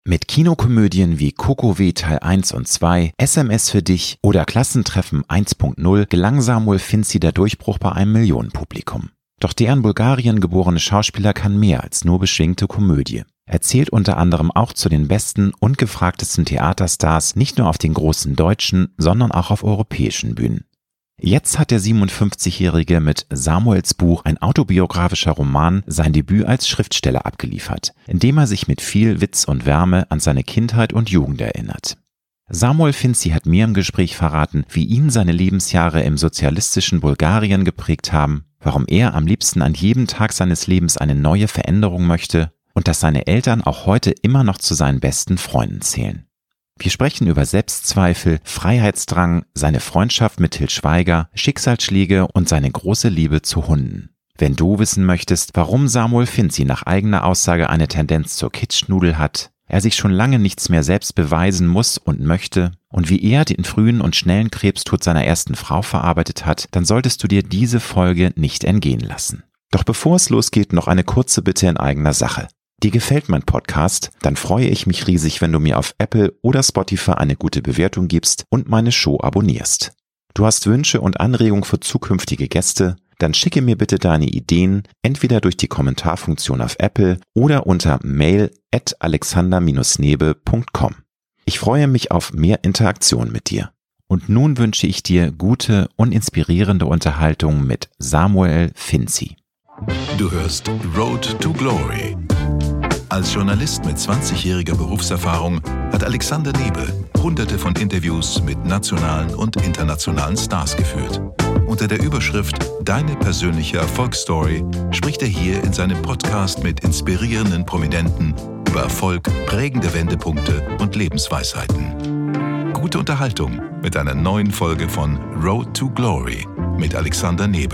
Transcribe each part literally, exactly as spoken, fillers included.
Mit Kinokomödien wie Kokowé Teil eins und zwei, S M S für dich oder Klassentreffen eins Punkt null gelang Samuel Finzi der Durchbruch bei einem Millionenpublikum. Doch der in Bulgarien geborene Schauspieler kann mehr als nur beschwingte Komödie. Er zählt unter anderem auch zu den besten und gefragtesten Theaterstars, nicht nur auf den großen deutschen, sondern auch auf europäischen Bühnen. Jetzt hat der siebenundfünfzigjährige mit Samuels Buch, ein autobiografischer Roman, sein Debüt als Schriftsteller abgeliefert, indem er sich mit viel Witz und Wärme an seine Kindheit und Jugend erinnert. Samuel Finzi hat mir im Gespräch verraten, wie ihn seine Lebensjahre im sozialistischen Bulgarien geprägt haben, warum er am liebsten an jedem Tag seines Lebens eine neue Veränderung möchte und dass seine Eltern auch heute immer noch zu seinen besten Freunden zählen. Wir sprechen über Selbstzweifel, Freiheitsdrang, seine Freundschaft mit Til Schweiger, Schicksalsschläge und seine große Liebe zu Hunden. Wenn du wissen möchtest, warum Samuel Finzi nach eigener Aussage eine Tendenz zur Kitschnudel hat, er sich schon lange nichts mehr selbst beweisen muss und möchte und wie er den frühen und schnellen Krebstod seiner ersten Frau verarbeitet hat, dann solltest du dir diese Folge nicht entgehen lassen. Doch bevor es losgeht, noch eine kurze Bitte in eigener Sache. Dir gefällt mein Podcast? Dann freue ich mich riesig, wenn du mir auf Apple oder Spotify eine gute Bewertung gibst und meine Show abonnierst. Du hast Wünsche und Anregungen für zukünftige Gäste? Dann schicke mir bitte deine Ideen entweder durch die Kommentarfunktion auf Apple oder unter mail at alexander dash nebe punkt com. Ich freue mich auf mehr Interaktion mit dir. Und nun wünsche ich dir gute und inspirierende Unterhaltung mit Samuel Finzi. Du hörst Road to Glory. Als Journalist mit zwanzigjähriger Berufserfahrung hat Alexander Nebe hunderte von Interviews mit nationalen und internationalen Stars geführt. Unter der Überschrift Deine persönliche Erfolgsstory spricht er hier in seinem Podcast mit inspirierenden Prominenten über Erfolg, prägende Wendepunkte und Lebensweisheiten. Gute Unterhaltung mit einer neuen Folge von Road to Glory mit Alexander Nebe.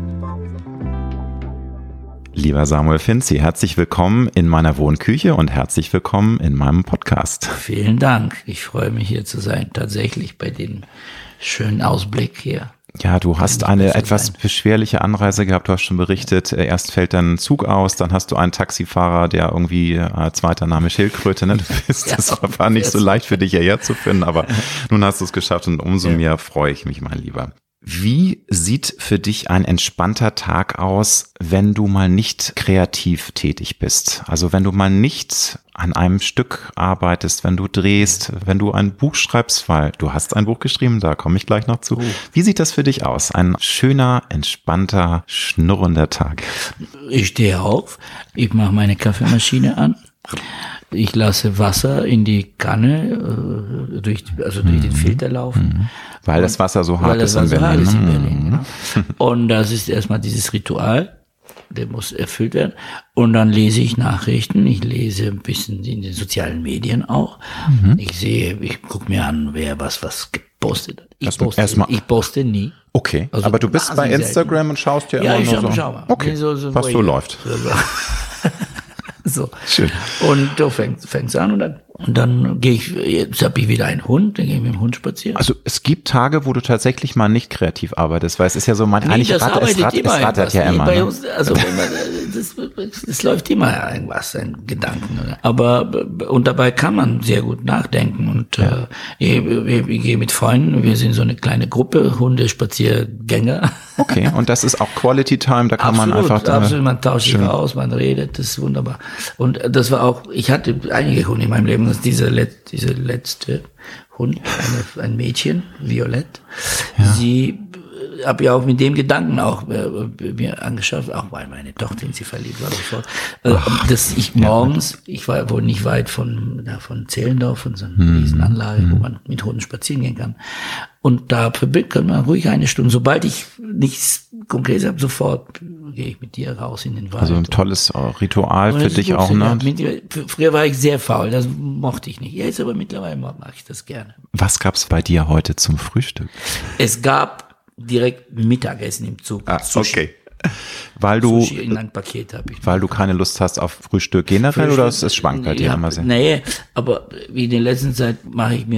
Lieber Samuel Finzi, herzlich willkommen in meiner Wohnküche und herzlich willkommen in meinem Podcast. Vielen Dank. Ich freue mich, hier zu sein, tatsächlich bei dem schönen Ausblick hier. Ja, du hast eine etwas beschwerliche Anreise gehabt, du hast schon berichtet, erst fällt dein Zug aus, dann hast du einen Taxifahrer, der irgendwie, äh, zweiter Name Schildkröte, ne? Du bist, ja, das war nicht so leicht für dich hierher zu finden, aber nun hast du es geschafft und umso ja. mehr freue ich mich, mein Lieber. Wie sieht für dich ein entspannter Tag aus, wenn du mal nicht kreativ tätig bist? Also wenn du mal nicht an einem Stück arbeitest, wenn du drehst, wenn du ein Buch schreibst, weil du hast ein Buch geschrieben, da komme ich gleich noch zu. Wie sieht das für dich aus? Ein schöner, entspannter, schnurrender Tag. Ich stehe auf, ich mache meine Kaffeemaschine an. Ich lasse Wasser in die Kanne, äh, durch, also durch den Filter laufen. Weil und, das Wasser so hart ist in Berlin. Hart ist in Berlin, genau. Und das ist erstmal dieses Ritual, der muss erfüllt werden. Und dann lese ich Nachrichten, ich lese ein bisschen in den sozialen Medien auch. Mhm. Ich sehe, ich gucke mir an, wer was was gepostet hat. Ich, poste, ich poste nie. Okay, also, aber du bist bei Instagram selten. Und schaust dir ja, immer ich nur schau, so. Schau mal. Okay, so, so, was so läuft. So, so. So. Schön. Und du fängst, fängst an und dann, und dann gehe ich, jetzt habe ich wieder einen Hund, dann gehe ich mit dem Hund spazieren. Also es gibt Tage, wo du tatsächlich mal nicht kreativ arbeitest, weil es ist ja so, man nee, eigentlich das rat, es, rat, es rattert ja nee, immer. Bei ne? uns, also wenn man, das, das läuft immer irgendwas, ein Gedanken. Oder? Aber und dabei kann man sehr gut nachdenken und ja. äh, ich, ich, ich gehe mit Freunden, wir sind so eine kleine Gruppe, Hundespaziergänger. Okay, und das ist auch Quality Time, da kann absolut, man einfach... Da, absolut, man tauscht sich aus, man redet, das ist wunderbar. Und das war auch, ich hatte einige Hunde in meinem Leben, das ist diese, Let, diese letzte Hund, eine, ein Mädchen, Violett, ja. Sie habe ja auch mit dem Gedanken auch äh, mir angeschafft, auch weil meine Tochter in sie verliebt war sofort, äh, Ach, dass ich morgens, ja. ich war wohl nicht weit von, da von Zehlendorf, von so einer hm. Riesenanlage, hm. wo man mit Hunden spazieren gehen kann. Und da kann man ruhig eine Stunde, sobald ich nichts Konkretes habe, sofort gehe ich mit dir raus in den Wald. Also ein tolles Ritual für dich auch, ne? Mit, früher war ich sehr faul, das mochte ich nicht. Jetzt aber mittlerweile mache ich das gerne. Was gab's bei dir heute zum Frühstück? Es gab direkt Mittagessen im Zug. Ah, okay. Weil du, Sushi in ein Paket habe ich. Weil du keine Lust hast auf Frühstück generell Frühstück, oder es, es schwankt bei dir ja, immer sehr? Nee, aber wie in der letzten Zeit mache ich mir so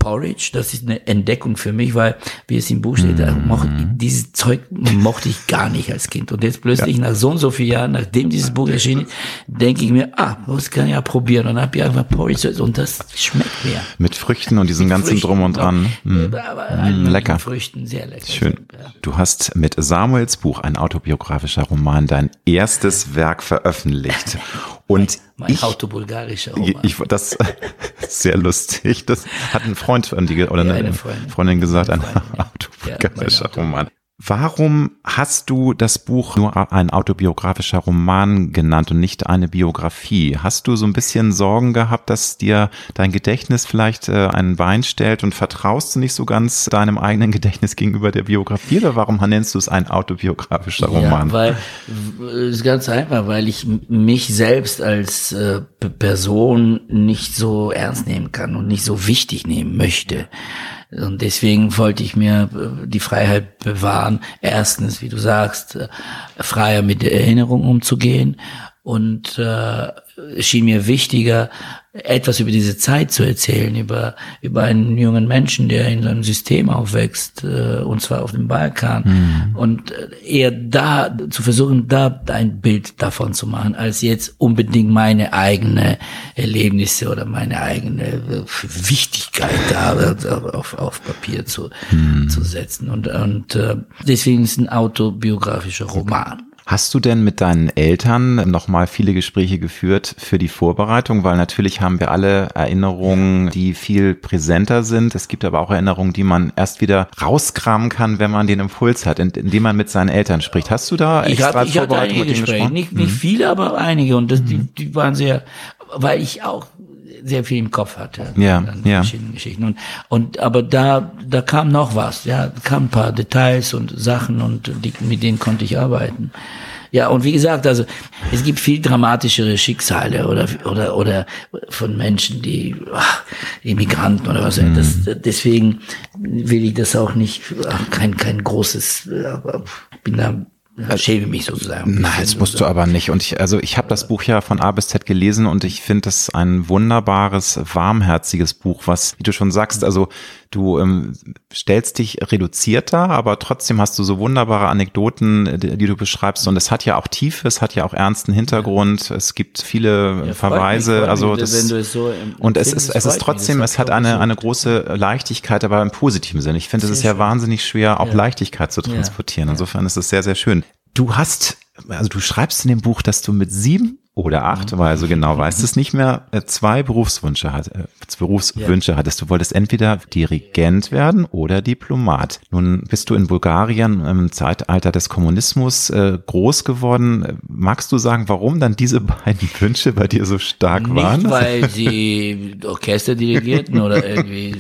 Porridge, das ist eine Entdeckung für mich, weil, wie es im Buch steht, mm. moch, dieses Zeug mochte ich gar nicht als Kind. Und jetzt plötzlich, ja. nach so und so vielen Jahren, nachdem dieses Buch erschienen ist, denke ich mir, ah, das kann ich ja probieren. Und dann habe ich einfach Porridge und das schmeckt mir. Mit Früchten und diesem mit ganzen Früchten, Drum und Dran. Mm. Mm, lecker. Früchten, sehr lecker. Schön. Ja. Du hast mit Samuels Buch, ein autobiografischer Roman, dein erstes Werk veröffentlicht. Und mein ich, autobulgarischer Roman. Ich, das ist sehr lustig. Das hat ein Freund von dir oder ja, eine, eine Freundin. Freundin gesagt, ein autobiografischer ja, Roman. Warum hast du das Buch nur ein autobiografischer Roman genannt und nicht eine Biografie? Hast du so ein bisschen Sorgen gehabt, dass dir dein Gedächtnis vielleicht äh, ein Bein stellt und vertraust du nicht so ganz deinem eigenen Gedächtnis gegenüber der Biografie? Oder warum nennst du es ein autobiografischer Roman? Ja, weil es ist ganz einfach, weil ich mich selbst als äh, Person nicht so ernst nehmen kann und nicht so wichtig nehmen möchte. Und deswegen wollte ich mir die Freiheit bewahren, erstens, wie du sagst, freier mit der Erinnerung umzugehen. Und äh, es schien mir wichtiger, etwas über diese Zeit zu erzählen, über über einen jungen Menschen, der in einem System aufwächst, äh, und zwar auf dem Balkan. Mhm. Und eher da zu versuchen, da ein Bild davon zu machen, als jetzt unbedingt meine eigene Erlebnisse oder meine eigene Wichtigkeit da auf, auf Papier zu, mhm. zu setzen. Und, und äh, deswegen ist es ein autobiografischer Roman. Hast du denn mit deinen Eltern nochmal viele Gespräche geführt für die Vorbereitung? Weil natürlich haben wir alle Erinnerungen, die viel präsenter sind. Es gibt aber auch Erinnerungen, die man erst wieder rauskramen kann, wenn man den Impuls hat, indem man mit seinen Eltern spricht. Hast du da ich extra hab, ich Vorbereitung mit denen gesprochen? Nicht, nicht mhm. viele, aber einige. Und das, die, die waren sehr, weil ich auch sehr viel im Kopf hatte. Ja, an ja. verschiedenen Geschichten. Und, und, aber da, da kam noch was, ja, kam ein paar Details und Sachen und die, mit denen konnte ich arbeiten. Ja, und wie gesagt, also, es gibt viel dramatischere Schicksale oder, oder, oder von Menschen, die, ach, Immigranten oder was, mhm. das, deswegen will ich das auch nicht, ach, kein, kein großes, bin da, schäme mich sozusagen. Nein, das musst du aber nicht. Und ich, also ich habe das Buch ja von A bis Z gelesen und ich finde das ein wunderbares, warmherziges Buch, was, wie du schon sagst, also du ähm, stellst dich reduziert dar, aber trotzdem hast du so wunderbare Anekdoten, die, die du beschreibst. Und es hat ja auch Tiefe, es hat ja auch ernsten Hintergrund. Ja. Es gibt viele ja, Verweise. Mich, also mich, das, wenn du es so und es ist, es ist trotzdem, mich, es hat eine eine große Leichtigkeit, aber im positiven Sinne. Ich finde, es ist ja schön. Wahnsinnig schwer, auch ja. Leichtigkeit zu transportieren. Ja. Insofern ist es sehr, sehr schön. Du hast, also du schreibst in dem Buch, dass du mit sieben oder acht, weil so genau weißt es nicht mehr, zwei Berufswünsche hat, äh, Berufswünsche ja. hattest. Du wolltest entweder Dirigent werden oder Diplomat. Nun bist du in Bulgarien im Zeitalter des Kommunismus äh, groß geworden. Magst du sagen, warum dann diese beiden Wünsche bei dir so stark nicht, waren? Nicht, weil sie Orchester dirigierten oder irgendwie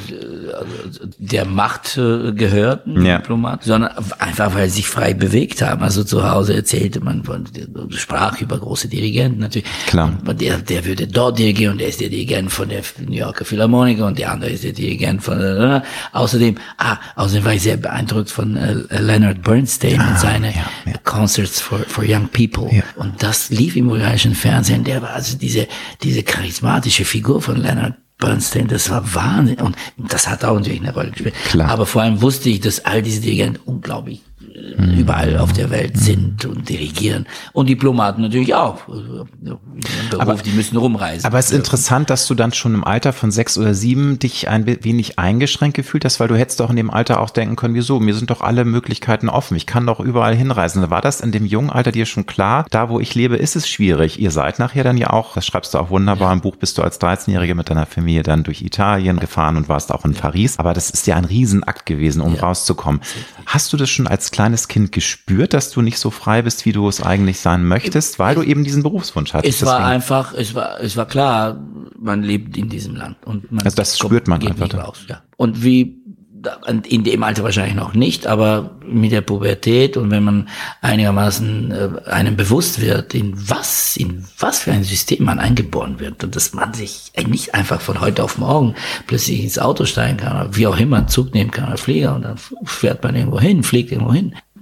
also der Macht äh, gehörten, ja. Diplomat, sondern einfach, weil sie sich frei bewegt haben. Also zu Hause erzählte man von, sprach über große Dirigenten. Natürlich. Klar. Und der, der würde dort dirigieren und der ist der Dirigent von der New Yorker Philharmoniker und der andere ist der Dirigent von, äh, außerdem, ah, außerdem war ich sehr beeindruckt von äh, Leonard Bernstein ah, und seine ja, ja. Concerts for, for Young People. Ja. Und das lief im bulgarischen Fernsehen. Der war also diese, diese charismatische Figur von Leonard Bernstein, das war Wahnsinn. Und das hat auch natürlich eine Rolle gespielt. Klar. Aber vor allem wusste ich, dass all diese Dirigenten unglaublich überall auf der Welt sind und dirigieren. Und Diplomaten natürlich auch. Beruf, aber, die müssen rumreisen. Aber es ist interessant, dass du dann schon im Alter von sechs oder sieben dich ein wenig eingeschränkt gefühlt hast, weil du hättest doch in dem Alter auch denken können, wieso, mir sind doch alle Möglichkeiten offen, ich kann doch überall hinreisen. War das in dem jungen Alter dir schon klar, da wo ich lebe, ist es schwierig. Ihr seid nachher dann ja auch, das schreibst du auch wunderbar im Buch, bist du als dreizehnjährige mit deiner Familie dann durch Italien gefahren und warst auch in Paris. Aber das ist ja ein Riesenakt gewesen, um ja. rauszukommen. Hast du das schon als kleines Kind gespürt, dass du nicht so frei bist, wie du es eigentlich sein möchtest, weil du eben diesen Berufswunsch hattest? Es war Deswegen. einfach, es war, es war klar, man lebt in diesem Land und man also das spürt man einfach. Raus, ja. Und wie in dem Alter wahrscheinlich noch nicht, aber mit der Pubertät und wenn man einigermaßen äh, einem bewusst wird, in was, in was für ein System man eingeboren wird und dass man sich nicht einfach von heute auf morgen plötzlich ins Auto steigen kann oder wie auch immer einen Zug nehmen kann oder Flieger und dann fährt man irgendwo hin, fliegt irgendwo hin.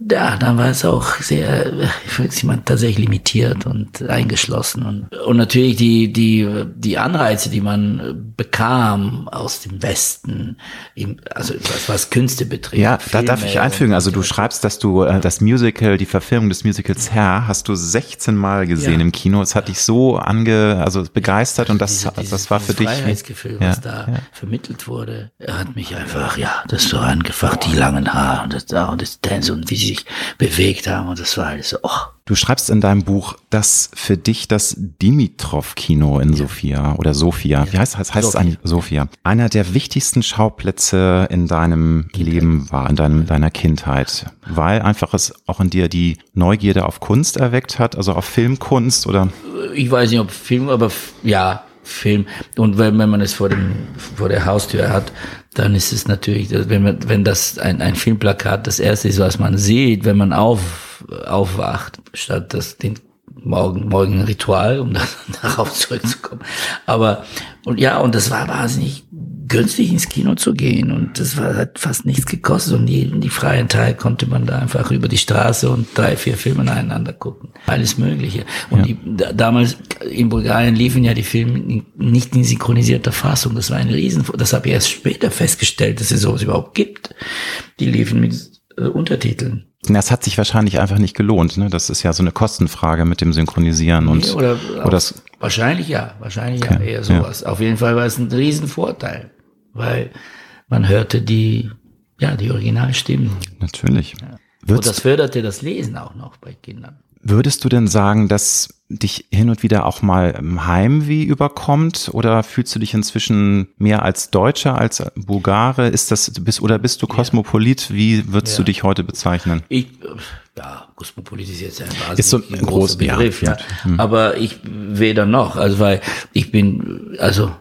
ja, dann war es auch sehr, ich würde sagen, tatsächlich limitiert und eingeschlossen. Und, und natürlich die, die, die Anreize, die man bekam aus dem Westen, also was, was Künste betrifft. Ja, da darf ich einfügen. Also du schreibst, dass du äh, das Musical, die Verfilmung des Musicals Hair, hast du sechzehn Mal gesehen ja. im Kino. Es hat dich so ange, also begeistert und das, diese, diese, das war für dich. Das Freiheitsgefühl, ja, was da ja. vermittelt wurde, hat mich einfach, ja, das so angefacht, die langen Haare und das da und das Dance und wie sie sich bewegt haben und das war alles so, oh. Du schreibst in deinem Buch, dass für dich das Dimitrov-Kino in ja. Sofia oder Sofia, ja. wie heißt das? Heißt es eigentlich Sofia? Einer der wichtigsten Schauplätze in deinem Kindheit. Leben war, in deinem, deiner Kindheit, weil einfach es auch in dir die Neugierde auf Kunst erweckt hat, also auf Filmkunst oder? Ich weiß nicht, ob Film, aber ja, Film. Und wenn, wenn man es vor dem, vor der Haustür hat, dann ist es natürlich, wenn man, wenn das ein, ein Filmplakat das erste ist, was man sieht, wenn man auf, aufwacht, statt das, den morgen, morgen Ritual, um dann darauf zurückzukommen. Aber, und ja, und das war wahnsinnig günstig ins Kino zu gehen und das war, hat fast nichts gekostet und die, die freien Teil konnte man da einfach über die Straße und drei, vier Filme nacheinander gucken. Alles Mögliche. Und ja. die, da, damals in Bulgarien liefen ja die Filme nicht in synchronisierter Fassung. Das war ein Riesen, das habe ich erst später festgestellt, dass es sowas überhaupt gibt. Die liefen mit äh, Untertiteln. Das hat sich wahrscheinlich einfach nicht gelohnt, ne? Das ist ja so eine Kostenfrage mit dem Synchronisieren und nee, oder, oder das wahrscheinlich ja, wahrscheinlich okay. ja, eher sowas. Ja. Auf jeden Fall war es ein Riesenvorteil, weil man hörte die, ja, die Originalstimmen. Natürlich. Ja. Und das förderte das Lesen auch noch bei Kindern. Würdest du denn sagen, dass dich hin und wieder auch mal Heimweh überkommt oder fühlst du dich inzwischen mehr als Deutscher, als Bulgare? Ist das, bist, oder bist du Kosmopolit? Wie würdest ja. du dich heute bezeichnen? Ich, ja, Kosmopolit ist jetzt ein wahnsinnig ist so ein großer groß, Begriff, ja. ja. Hm. Aber ich weder noch, also weil ich bin, also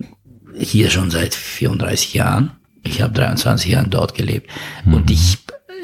hier schon seit vierunddreißig Jahren. Ich habe dreiundzwanzig Jahre dort gelebt hm. und ich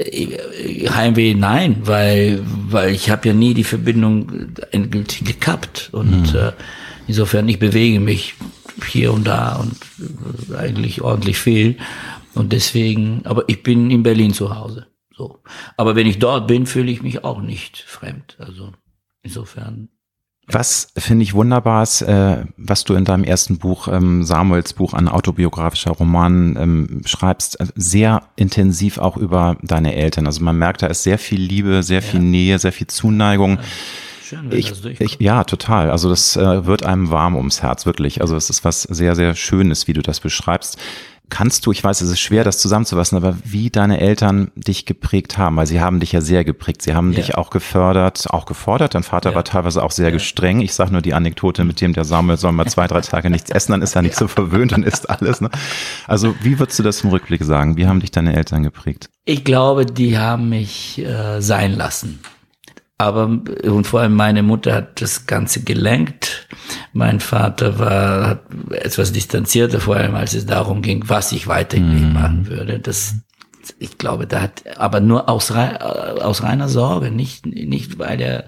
Heimweh, nein, weil weil ich habe ja nie die Verbindung endgültig gekappt und mhm. äh, insofern ich bewege mich hier und da und äh, eigentlich ordentlich viel und deswegen, aber ich bin in Berlin zu Hause, so. Aber wenn ich dort bin, fühle ich mich auch nicht fremd, also insofern. Was finde ich wunderbar ist, äh, was du in deinem ersten Buch, ähm, Samuels Buch, ein autobiografischer Roman, ähm, schreibst, sehr intensiv auch über deine Eltern. Also man merkt, da ist sehr viel Liebe, sehr viel ja. Nähe, sehr viel Zuneigung. Ja. Schön, wenn ich, das durchkommt. Ich, ja, total. Also das äh, wird einem warm ums Herz, wirklich. Also es ist was sehr, sehr Schönes, wie du das beschreibst. Kannst du, ich weiß, es ist schwer, das zusammenzufassen, aber wie deine Eltern dich geprägt haben, weil sie haben dich ja sehr geprägt, sie haben ja. dich auch gefördert, auch gefordert, dein Vater ja. war teilweise auch sehr ja. gestreng, ich sage nur die Anekdote mit dem, der Samuel soll mal zwei, drei Tage nichts essen, dann ist er nicht ja. so verwöhnt und isst alles. Ne? Also wie würdest du das im Rückblick sagen, wie haben dich deine Eltern geprägt? Ich glaube, die haben mich äh, sein lassen. Aber, und vor allem meine Mutter hat das Ganze gelenkt. Mein Vater war hat etwas distanzierter, vor allem als es darum ging, was ich weiterhin mm. machen würde. Das, ich glaube, da hat, aber nur aus, aus reiner Sorge, nicht, nicht weil er,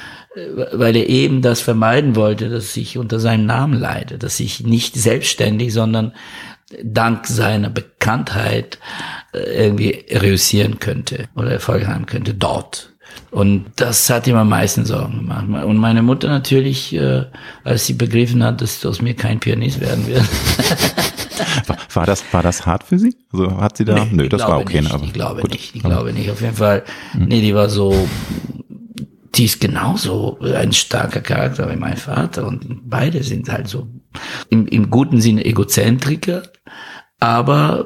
weil er eben das vermeiden wollte, dass ich unter seinem Namen leide, dass ich nicht selbstständig, sondern dank seiner Bekanntheit irgendwie reüssieren könnte oder Erfolg haben könnte dort. Und das hat ihm am meisten Sorgen gemacht. Und meine Mutter natürlich, äh, als sie begriffen hat, dass aus mir kein Pianist werden wird. war, war das war das hart für sie? Also hat sie da? Nee, Nö, das war okay. Nicht, aber ich glaube gut. nicht. Ich glaube nicht. Auf jeden Fall. Mhm. Nee, die war so. Die ist genauso ein starker Charakter wie mein Vater. Und beide sind halt so im, im guten Sinne Egozentriker, aber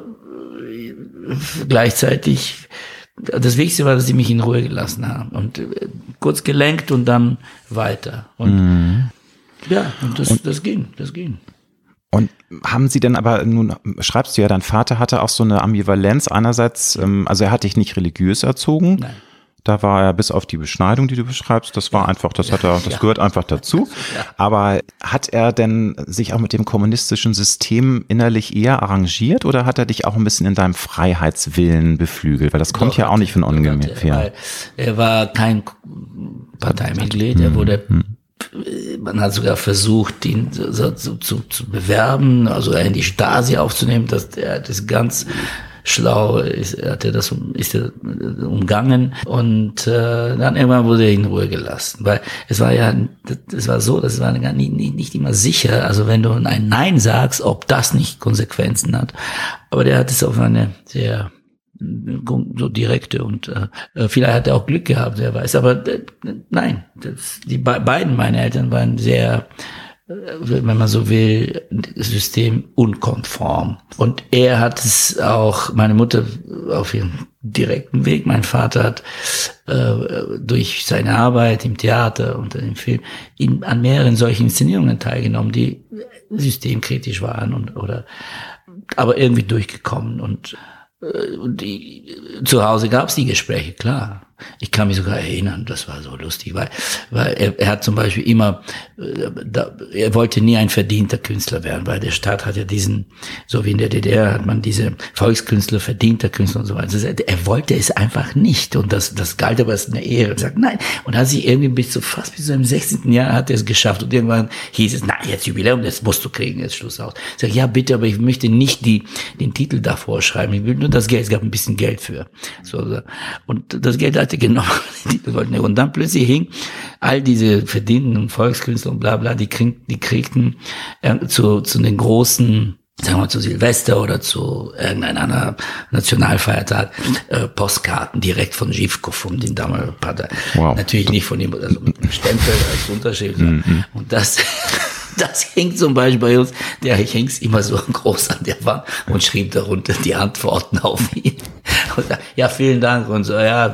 gleichzeitig. Das Wichtigste war, dass sie mich in Ruhe gelassen haben und äh, kurz gelenkt und dann weiter. Und mhm. ja, und das, und, das ging, das ging. Und haben Sie denn aber, nun schreibst du ja, dein Vater hatte auch so eine Ambivalenz. Einerseits, ähm, also er hat dich nicht religiös erzogen. Nein. Da war er bis auf die Beschneidung, die du beschreibst, das war einfach, das hat er, das ja. gehört einfach dazu. Ja. Aber hat er denn sich auch mit dem kommunistischen System innerlich eher arrangiert oder hat er dich auch ein bisschen in deinem Freiheitswillen beflügelt? Weil das kommt Doch, ja auch nicht von ungefähr. Er war kein Parteimitglied, er wurde, hm. man hat sogar versucht, ihn so, so, zu, zu bewerben, also in die Stasi aufzunehmen, dass er das ganz schlau ist, hat er das ist er umgangen und äh, dann irgendwann wurde er in Ruhe gelassen, weil es war ja, es war so, das war gar nicht, nicht, nicht immer sicher, also wenn du ein Nein sagst, ob das nicht Konsequenzen hat, aber der hat es auf eine sehr so direkte und äh, vielleicht hat er auch Glück gehabt, wer weiß, aber äh, nein, das, die be- beiden meine Eltern waren sehr, äh, wenn man so will, systemunkonform und er hat es auch, meine Mutter auf ihrem direkten Weg, mein Vater hat äh, durch seine Arbeit im Theater und im Film in, an mehreren solchen Inszenierungen teilgenommen, die systemkritisch waren und oder aber irgendwie durchgekommen und Und die, zu Hause gab es die Gespräche, klar. Ich kann mich sogar erinnern, das war so lustig, weil, weil er, er hat zum Beispiel immer, äh, da, er wollte nie ein verdienter Künstler werden, weil der Staat hat ja diesen, so wie in der D D R hat man diese Volkskünstler, verdienter Künstler und so weiter. Also er wollte es einfach nicht und das, das galt aber als eine Ehre. Er sagt nein und hat sich irgendwie bis zu fast bis zu seinem sechzehnten Jahr hat er es geschafft und irgendwann hieß es, na jetzt Jubiläum, das musst du kriegen, jetzt Schluss aus. Ich sage ja bitte, aber ich möchte nicht die den Titel davor schreiben, ich will nur das Geld, es gab ein bisschen Geld für. So, und das Geld hat er genommen, und dann plötzlich hing all diese verdienten Volkskünstler und bla bla, die kriegten, die kriegten äh, zu, zu den großen, sagen wir zu Silvester oder zu irgendeinem anderen Nationalfeiertag, äh, Postkarten direkt von Živko, von den damaligen Partei. Wow. Natürlich nicht von ihm, also mit einem Stempel als Unterschrift. Mm-hmm. Und das, das hängt zum Beispiel bei uns, der hängt immer so groß an der Wand und schrieb darunter die Antworten auf ihn. Und, ja, vielen Dank und so, ja,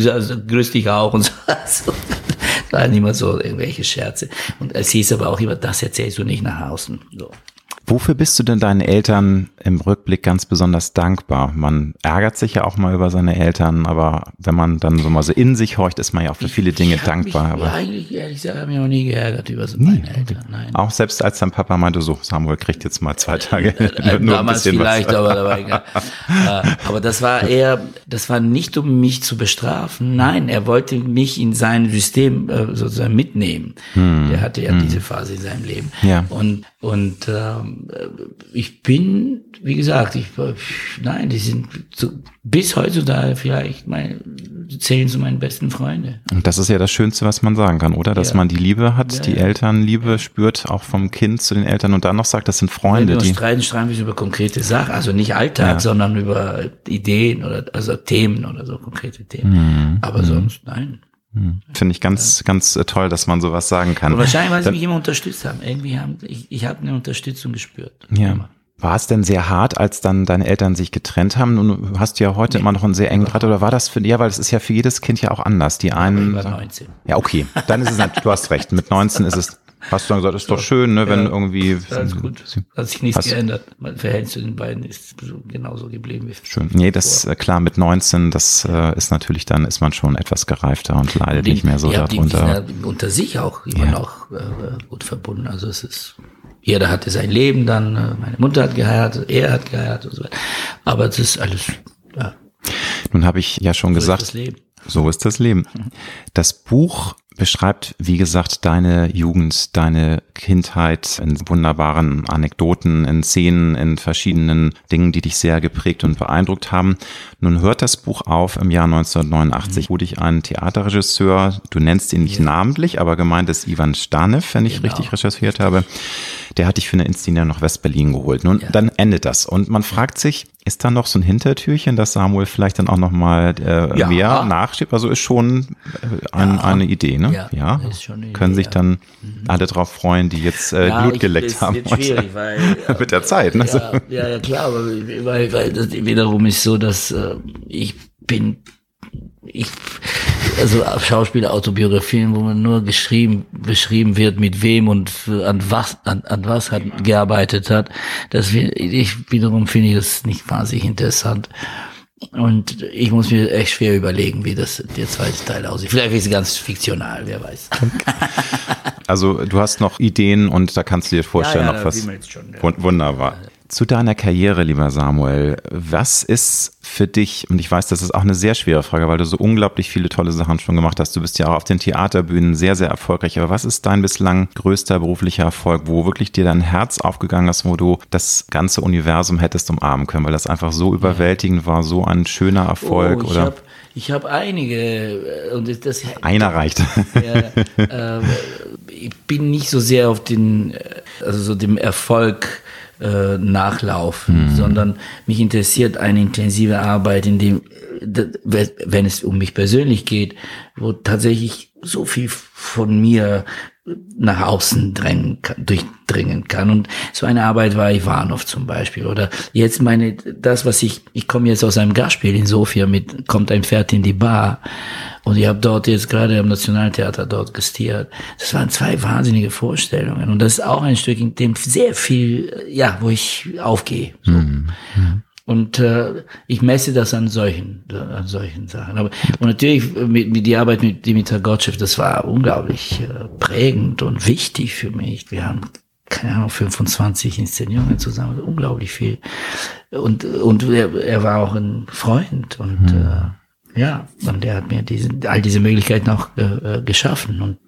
grüß dich auch und so. Also, das waren immer so irgendwelche Scherze. Und es hieß aber auch immer, das erzählst du nicht nach außen. So. Wofür bist du denn deinen Eltern im Rückblick ganz besonders dankbar? Man ärgert sich ja auch mal über seine Eltern, aber wenn man dann so mal so in sich horcht, ist man ja auch für viele Dinge ich dankbar. Mich, aber ja, eigentlich, ehrlich gesagt, habe ich mich auch nie geärgert über so meine nie. Eltern. Nein. Auch selbst als dein Papa meinte, so Samuel kriegt jetzt mal zwei Tage äh, nur damals ein bisschen vielleicht, was. aber da war egal. Aber das war eher, das war nicht, um mich zu bestrafen. Nein, er wollte mich in sein System äh, sozusagen mitnehmen. Hm. Der hatte ja hm. diese Phase in seinem Leben. Ja. Und und ähm, ich bin, wie gesagt, ich nein, die sind so, bis heutzutage vielleicht meine, zählen zu meinen besten Freunden. Und das ist ja das Schönste, was man sagen kann, oder? Dass ja. man die Liebe hat, ja, die ja. Elternliebe ja. spürt, auch vom Kind zu den Eltern und dann noch sagt, das sind Freunde. Wenn wir die streiten, streiten wir über konkrete Sachen, also nicht Alltag, ja. sondern über Ideen oder also Themen oder so konkrete Themen. Mhm. Aber mhm. sonst nein. Finde ich ganz, ja. ganz toll, dass man sowas sagen kann. Und wahrscheinlich, weil sie mich immer unterstützt haben. Irgendwie haben, ich, ich habe eine Unterstützung gespürt. Ja. Immer. War es denn sehr hart, als dann deine Eltern sich getrennt haben? Nun hast du ja heute nee, immer noch einen sehr engen Draht, oder war das für, ja, weil es ist ja für jedes Kind ja auch anders. Die einen. Ich war neunzehn. Ja, okay. Dann ist es natürlich, du hast recht. Mit neunzehn ist es, hast du dann gesagt, ist doch schön, ne, wenn ja, irgendwie. Alles gut. Hat sich nichts geändert. Mein Verhältnis zu den beiden ist genauso geblieben wie schön. Nee, das, vor. klar, mit neunzehn, das äh, ist natürlich, dann ist man schon etwas gereifter und leidet die, nicht mehr so ja, darunter. Die, die sind unter sich auch immer ja. noch äh, gut verbunden. Also es ist, jeder hatte sein Leben dann, meine Mutter hat geheiratet, er hat geheiratet und so weiter. Aber es ist alles, ja. Nun habe ich ja schon so gesagt, ist das Leben. So ist das Leben. Das Buch beschreibt, wie gesagt, deine Jugend, deine Kindheit in wunderbaren Anekdoten, in Szenen, in verschiedenen Dingen, die dich sehr geprägt und beeindruckt haben. Nun hört das Buch auf im Jahr neunzehnhundertneunundachtzig, mhm. wo dich ein Theaterregisseur, du nennst ihn nicht ja. namentlich, aber gemeint ist Ivan Stanev, wenn ich genau. richtig recherchiert habe, der hat dich für eine Inszenierung nach West-Berlin geholt. Nun, ja. dann endet das. Und man fragt sich, ist da noch so ein Hintertürchen, dass Samuel vielleicht dann auch nochmal äh, ja. mehr nachschiebt? Also ist schon äh, ein, ja. eine Idee, ne? Ja, ja. Ist schon eine Idee, können sich ja. dann mhm. alle drauf freuen, die jetzt äh, ja, Blut ich, geleckt es haben. Wird schwierig, weil, mit der Zeit, ne? Ja, ja, ja klar, aber weil, weil das wiederum ist so, dass äh, ich bin ich also Schauspielautobiografien, wo man nur geschrieben beschrieben wird, mit wem und an was an, an was hat gearbeitet hat, das ich wiederum finde ich das nicht wahnsinnig interessant. Und ich muss mir echt schwer überlegen, wie das der zweite Teil aussieht. Vielleicht ist es ganz fiktional, wer weiß. Also du hast noch Ideen und da kannst du dir vorstellen, ja, ja, noch was schon, ja. wunderbar. Zu deiner Karriere, lieber Samuel, was ist für dich, und ich weiß, das ist auch eine sehr schwere Frage, weil du so unglaublich viele tolle Sachen schon gemacht hast. Du bist ja auch auf den Theaterbühnen sehr, sehr erfolgreich. Aber was ist dein bislang größter beruflicher Erfolg, wo wirklich dir dein Herz aufgegangen ist, wo du das ganze Universum hättest umarmen können, weil das einfach so überwältigend war, so ein schöner Erfolg? Oh, ich oder? Hab, ich habe einige. Und das, Einer reicht. Ja, äh, ich bin nicht so sehr auf den, also so dem Erfolg äh, nachlaufen, hm. sondern mich interessiert eine intensive Arbeit, in dem, wenn es um mich persönlich geht, wo tatsächlich so viel von mir nach außen drängen kann, durchdringen kann. Und so eine Arbeit war Ivanov zum Beispiel. Oder jetzt meine, das, was ich, ich komme jetzt aus einem Gastspiel in Sofia mit, kommt ein Pferd in die Bar. Und ich habe dort jetzt gerade am Nationaltheater dort gastiert. Das waren zwei wahnsinnige Vorstellungen. Und das ist auch ein Stück, in dem sehr viel, ja, wo ich aufgehe. So. Mhm. Und äh, ich messe das an solchen, an solchen Sachen. Aber und natürlich mit, mit die Arbeit mit Dimitar Gottschew, das war unglaublich äh, prägend und wichtig für mich. Wir haben keine Ahnung fünfundzwanzig Inszenierungen zusammen, unglaublich viel. Und und er, er war auch ein Freund und mhm. äh, ja, und er hat mir diese all diese Möglichkeiten auch äh, geschaffen. Und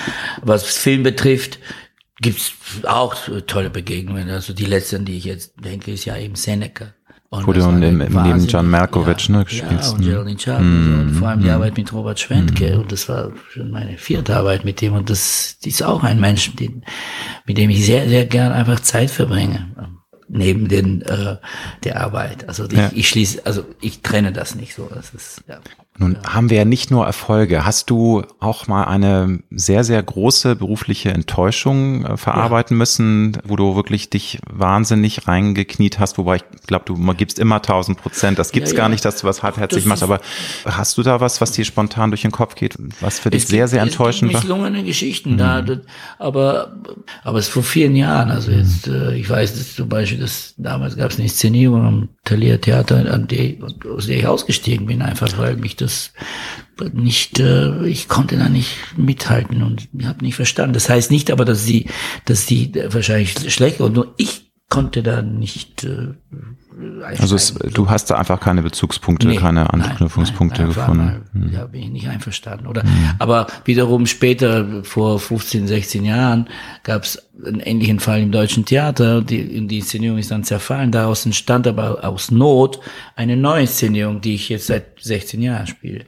was Film betrifft, gibt's auch tolle Begegnungen. Also die letzte, an die ich jetzt denke, ist ja eben Seneca. Und wo du im, im Leben John Malkovich ja, ne, gespielt. Ja, und Geraldine Chaplin. Mm, und vor allem mm, die Arbeit mit Robert Schwentke. Mm. Und das war schon meine vierte Arbeit mit dem. Und das, das ist auch ein Mensch, den, mit dem ich sehr, sehr gern einfach Zeit verbringe. Neben den, äh, der Arbeit. Also ich, ja. ich schließe, also ich trenne das nicht so. Das ist, ja. Nun ja. haben wir ja nicht nur Erfolge. Hast du auch mal eine sehr, sehr große berufliche Enttäuschung äh, verarbeiten ja. müssen, wo du wirklich dich wahnsinnig reingekniet hast? Wobei ich glaube, du gibst immer tausend Prozent. Das gibt's ja, gar ja. nicht, dass du was halbherzig machst. Aber hast du da was, was dir spontan durch den Kopf geht, was für dich es sehr, gibt, sehr enttäuschend war? Es gibt misslungene Geschichten mhm. da, aber aber es ist vor vielen Jahren. Also jetzt, äh, ich weiß, dass zum Beispiel, dass damals gab es eine Inszenierung am Thalia Theater, an der, aus der ich ausgestiegen bin, einfach weil mich das nicht, äh, ich konnte da nicht mithalten und habe nicht verstanden. Das heißt nicht aber, dass sie, dass die wahrscheinlich schlecht und nur ich konnte da nicht äh, Also es, du hast da einfach keine Bezugspunkte, nee, keine Anknüpfungspunkte nein, nein, gefunden. Mal, hm. Ja, bin ich nicht einverstanden. Oder, hm. aber wiederum später, vor fünfzehn, sechzehn Jahren, gab es einen ähnlichen Fall im Deutschen Theater. Die, die Inszenierung ist dann zerfallen. Daraus entstand aber aus Not eine neue Inszenierung, die ich jetzt seit sechzehn Jahren spiele.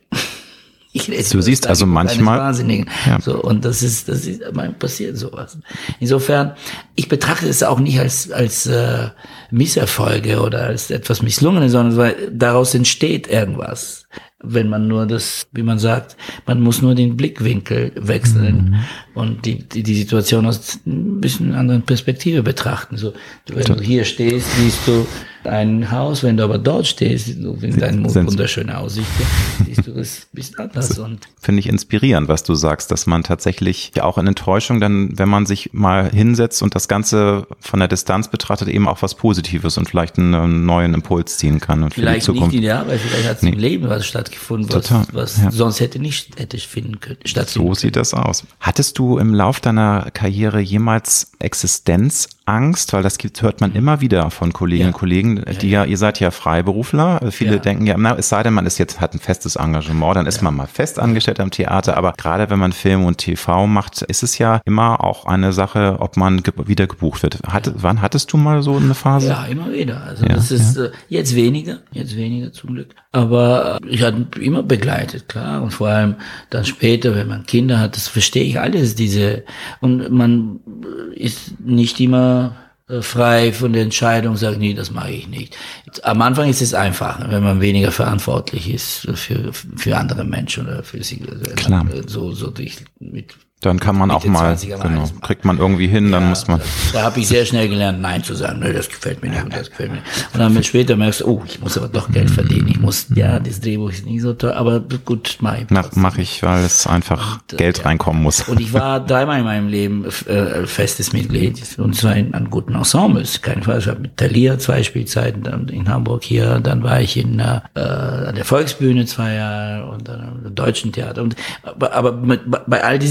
Ich lese du siehst also manchmal, Wahnsinnigen. Ja. So, und das ist, das ist, passiert sowas. Insofern, ich betrachte es auch nicht als, als, äh, Misserfolge oder als etwas Misslungenes, sondern weil daraus entsteht irgendwas. Wenn man nur das, wie man sagt, man muss nur den Blickwinkel wechseln mhm. und die, die, die Situation aus ein bisschen anderen Perspektive betrachten. So, wenn du hier stehst, siehst du ein Haus, wenn du aber dort stehst, du findest eine wunderschöne Aussicht, siehst du das ein bisschen anders. Und finde ich inspirierend, was du sagst, dass man tatsächlich ja auch in Enttäuschung dann, wenn man sich mal hinsetzt und das Ganze von der Distanz betrachtet, eben auch was Positives und vielleicht einen neuen Impuls ziehen kann. Und vielleicht für die Zukunft. Nicht in der Arbeit, vielleicht hat es nee. im Leben was stattgefunden, was, was ja. sonst hätte nicht hätte finden können. So sieht das aus. Hattest du im Lauf deiner Karriere jemals Existenzangst? Weil das gibt, hört man immer wieder von Kolleginnen und ja. Kollegen, die ja, ja, ihr seid ja Freiberufler. Viele ja. denken ja, na, es sei denn, man ist jetzt, hat ein festes Engagement, dann ist ja. man mal fest angestellt am Theater. Aber gerade wenn man Film und T V macht, ist es ja immer auch eine Sache, ob man ge- wieder gebucht wird. Hat, ja. Wann hattest du mal so eine Phase? Ja, immer wieder. Also ja, das ist ja. äh, jetzt weniger, jetzt weniger zum Glück. Aber ich hatte immer begleitet, klar. Und vor allem dann später, wenn man Kinder hat, das verstehe ich alles, diese, und man ist nicht immer frei von der Entscheidung, sagt, nee, das mache ich nicht. Am Anfang ist es einfacher, wenn man weniger verantwortlich ist für, für andere Menschen oder für sie. Klar. So, so durch, mit, dann kann man auch mal, genau, kriegt man irgendwie hin, ja, dann muss man. Da, da habe ich sehr schnell gelernt, Nein zu sagen, nee, das gefällt mir nicht, ja. das gefällt mir nicht. Und dann später merkst du, oh, ich muss aber doch Geld verdienen, ich muss, ja, das Drehbuch ist nicht so toll, aber gut, mach ich. Na, mach ich, weil es einfach und, Geld ja. reinkommen muss. Und ich war dreimal in meinem Leben äh, festes Mitglied, und zwar in, an guten Ensembles, kein Fall. Ich habe mit Thalia zwei Spielzeiten, dann in Hamburg hier, dann war ich in äh, an der Volksbühne zwei Jahre und dann am Deutschen Theater. Und, aber aber mit, bei all diesen Theatern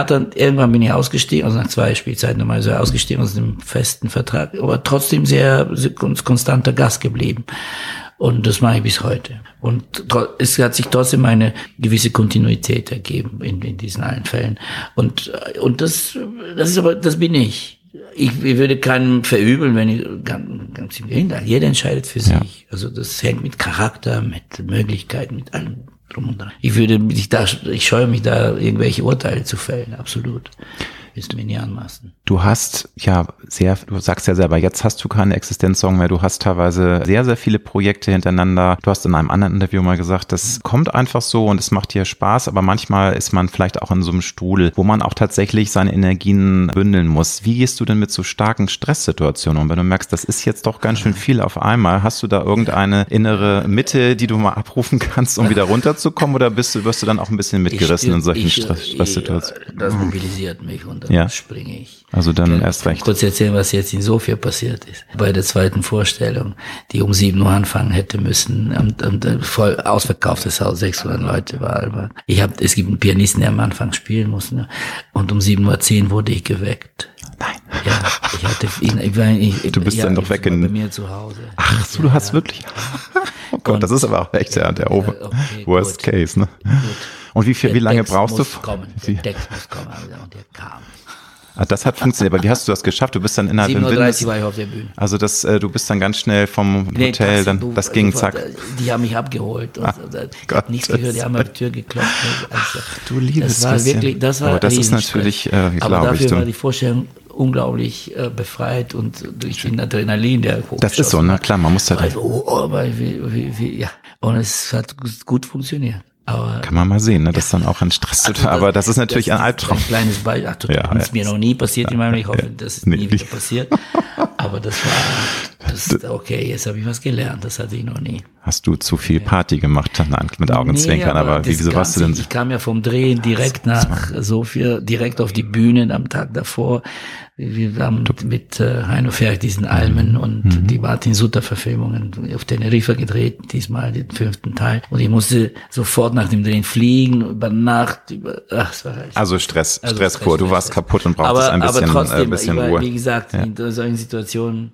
dann, irgendwann bin ich ausgestiegen, also nach zwei Spielzeiten normalerweise ausgestiegen aus dem festen Vertrag, aber trotzdem sehr, sehr konstanter Gast geblieben. Und das mache ich bis heute. Und es hat sich trotzdem eine gewisse Kontinuität ergeben in, in diesen allen Fällen. Und, und das, das ist aber, das bin ich. Ich, ich würde keinem verübeln, wenn ich, ganz, ganz im Gegenteil. Jeder entscheidet für ja. sich. Also das hängt mit Charakter, mit Möglichkeiten, mit allem drum und dran. Ich würde mich da, ich scheue mich da, irgendwelche Urteile zu fällen. Absolut. Ist mir nie anmaßen. Du hast ja sehr, du sagst ja selber, jetzt hast du keine Existenzsorgen mehr, du hast teilweise sehr, sehr viele Projekte hintereinander. Du hast in einem anderen Interview mal gesagt, das kommt einfach so und es macht dir Spaß, aber manchmal ist man vielleicht auch in so einem Stuhl, wo man auch tatsächlich seine Energien bündeln muss. Wie gehst du denn mit so starken Stresssituationen um? Wenn du merkst, das ist jetzt doch ganz schön viel auf einmal, hast du da irgendeine innere Mitte, die du mal abrufen kannst, um wieder runterzukommen, oder bist du, wirst du dann auch ein bisschen mitgerissen ich, in solchen ich, Stress, Stresssituationen? Das mobilisiert mich und dann ja. springe ich. Also dann ich erst recht. Kurz erzählen, was jetzt in Sofia passiert ist. Bei der zweiten Vorstellung, die um sieben Uhr anfangen hätte müssen, und, und voll ausverkauftes Haus, sechshundert Leute war. Ich hab, es gibt einen Pianisten, der am Anfang spielen muss, ne? Und um sieben Uhr zehn wurde ich geweckt. Nein. Ja, ich hatte, ich, ich, ich, du bist ja, dann doch weg in... bei mir zu Hause. Ach so, du hast ja. wirklich... Oh Gott, und, das ist aber auch echt ja, der Over okay, Worst gut. Case, ne? Gut. Und wie viel, wie lange Text brauchst muss du? Kommen. Der Text muss kommen, und der kam. Ah, das hat funktioniert, aber wie hast du das geschafft? Du bist dann innerhalb sieben Uhr dreißig war ich auf der Bühne. Also das, äh, du bist dann ganz schnell vom nee, Hotel, das, dann du, das ging sofort, zack. Die haben mich abgeholt. Und, ah, ich habe nichts gehört, die haben an die Tür geklopft. Also, du liebes das war wirklich, das war aber das ist natürlich, äh, aber dafür ich, war die Vorstellung unglaublich äh, befreit und durch den Adrenalin, der das ist so, na klar, man muss da also, oh, oh, wie, wie, wie, ja. Und es hat gut funktioniert. Aber, kann man mal sehen, ne, das dann auch ein Stress also das, aber das ist natürlich das ein Albtraum. Ein kleines Beispiel, das ja, ist ja. mir noch nie passiert ja, in meinem Leben, ich hoffe, ja, das ist nee, nie wieder passiert. Aber das war, das, okay, jetzt habe ich was gelernt, das hatte ich noch nie. Hast du zu viel Party gemacht? Nein, mit Augenzwinkern, nee, aber, aber wie, wieso warst du denn? Ich kam ja vom Drehen direkt nach Sofia, direkt auf die Bühnen am Tag davor. Wir haben mit äh, Heino Ferch diesen Almen und mhm. die Martin-Sutter-Verfilmungen auf Teneriffa gedreht, diesmal den fünften Teil. Und ich musste sofort nach dem Drehen fliegen, über Nacht, über, ach, es war halt also Stress, also Stress pur, du warst kaputt und brauchtest aber, ein bisschen, aber trotzdem, ein bisschen war, Ruhe. Wie gesagt, ja. in solchen Situationen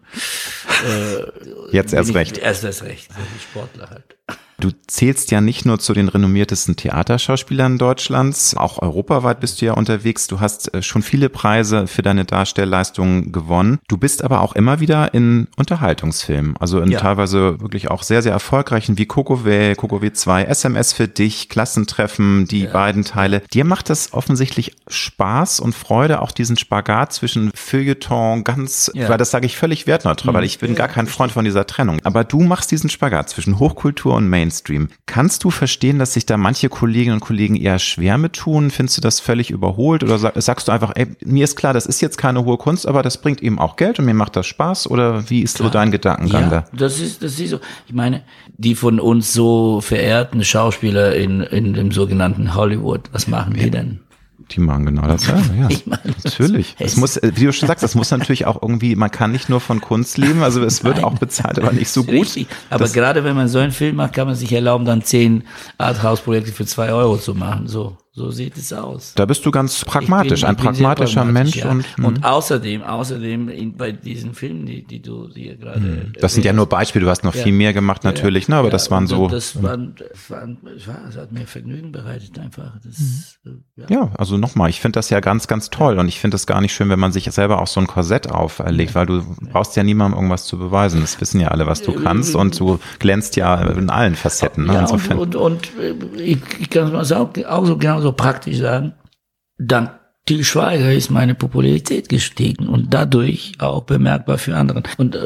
äh, jetzt erst recht. Erst erst recht, so wie Sportler halt. Du zählst ja nicht nur zu den renommiertesten Theaterschauspielern Deutschlands, auch europaweit bist du ja unterwegs. Du hast schon viele Preise für deine Darstellleistungen gewonnen. Du bist aber auch immer wieder in Unterhaltungsfilmen, also in ja. teilweise wirklich auch sehr, sehr erfolgreichen wie Kokowé, Kokowé zwei, S M S für dich, Klassentreffen, die ja. beiden Teile. Dir macht es offensichtlich Spaß und Freude, auch diesen Spagat zwischen Feuilleton ganz, ja. weil das sage ich völlig wertneutral, mhm. weil ich bin ja. gar kein Freund von dieser Trennung. Aber du machst diesen Spagat zwischen Hochkultur und Mainstream. Mainstream. Kannst du verstehen, dass sich da manche Kolleginnen und Kollegen eher schwer mit tun? Findest du das völlig überholt? Oder sagst du einfach, ey, mir ist klar, das ist jetzt keine hohe Kunst, aber das bringt eben auch Geld und mir macht das Spaß? Oder wie ist klar. so dein Gedankengang ja, da? Das ist, das ist so. Ich meine, die von uns so verehrten Schauspieler in, in dem sogenannten Hollywood, was machen die denn? Die machen genau das, ja. ja. Ich meine, natürlich. Das muss, wie du schon sagst, das muss natürlich auch irgendwie, man kann nicht nur von Kunst leben, also es wird Nein. auch bezahlt, aber nicht so gut. Richtig. Aber das, gerade wenn man so einen Film macht, kann man sich erlauben, dann zehn Arthouse-Projekte für zwei Euro zu machen, so. So sieht es aus. Da bist du ganz pragmatisch, bin, ein pragmatischer pragmatisch, Mensch. Ja. Und, und außerdem, außerdem in, bei diesen Filmen, die, die du hier gerade... Mhm. Das sind ja nur Beispiele, du hast noch ja. viel mehr gemacht natürlich, ja, ja. ne? aber ja, das waren so... Das, waren, waren, das hat mir Vergnügen bereitet einfach. Das, mhm. ja. ja, also nochmal, ich finde das ja ganz, ganz toll und ich finde das gar nicht schön, wenn man sich selber auch so ein Korsett auferlegt, ja. weil du brauchst ja niemandem irgendwas zu beweisen. Das wissen ja alle, was du kannst und du glänzt ja in allen Facetten. Ne? Ja, und, und, und ich, ich kann es auch, auch so genau so praktisch sagen, dank Til Schweiger ist meine Popularität gestiegen und dadurch auch bemerkbar für andere. Und,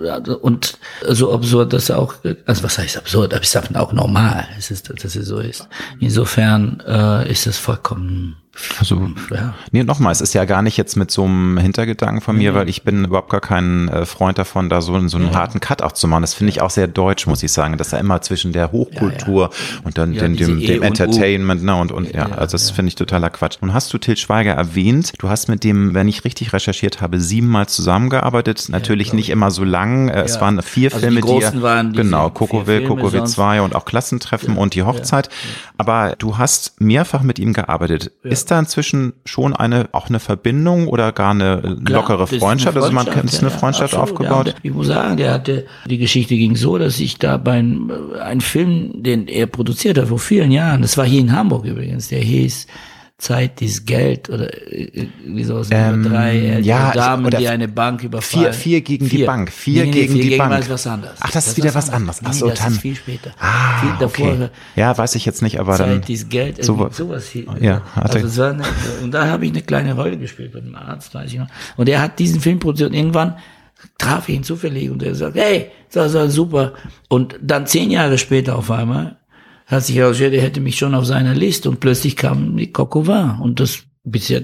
und so absurd das auch, also was heißt absurd, aber ich sage auch normal, es ist, dass es so ist. Insofern äh, ist es vollkommen... Also, ja. nee, nochmal, es ist ja gar nicht jetzt mit so einem Hintergedanken von mir, mhm. weil ich bin überhaupt gar kein äh, Freund davon, da so, so einen ja. harten Cut auch zu machen. Das finde ich auch sehr deutsch, muss ich sagen, dass da immer zwischen der Hochkultur ja, ja. und dann ja, dem, dem, dem e Entertainment, ne, und, und, ja, ja also das ja. finde ich totaler Quatsch. Und hast du Til Schweiger erwähnt? Du hast mit dem, wenn ich richtig recherchiert habe, siebenmal zusammengearbeitet. Natürlich ja, nicht immer so lang. Ja. Es waren vier also Filme, die großen die, waren genau, Kokowé, Kokowé zwei und auch Klassentreffen ja. und die Hochzeit. Ja. Ja. Aber du hast mehrfach mit ihm gearbeitet. Ja. Ist ist da inzwischen schon eine auch eine Verbindung oder gar eine Klar, lockere das Freundschaft? Ist eine Also man kann, Freundschaft, ist eine ja, Freundschaft absolut, aufgebaut? Ja, ich muss sagen, der hatte, die Geschichte ging so, dass ich da bei einem, ein Film, den er produziert hat vor vielen Jahren, das war hier in Hamburg übrigens, der hieß Zeit ist Geld oder wie sowas, ähm, über drei ja, Damen, oder die eine Bank überfallen. Vier, vier gegen vier. die Bank. Vier nee, nee, gegen vier die gegen Bank. Ist was anderes. Ach, das, das ist wieder was anderes. Ach so, nee, das dann. ist viel später. Ah, viel davor. okay. Ja, weiß ich jetzt nicht, aber Zeit dann. ist Geld. So, sowas hier. Ja, hatte also es war eine, und da habe ich eine kleine Rolle gespielt bei dem Arzt, weiß ich noch. Und er hat diesen Film produziert und irgendwann traf ich ihn zufällig und er sagt, hey, das war super. Und dann zehn Jahre später auf einmal hat sich herausgestellt, er hätte mich schon auf seiner Liste und plötzlich kam die Coq au Vin und das bisher,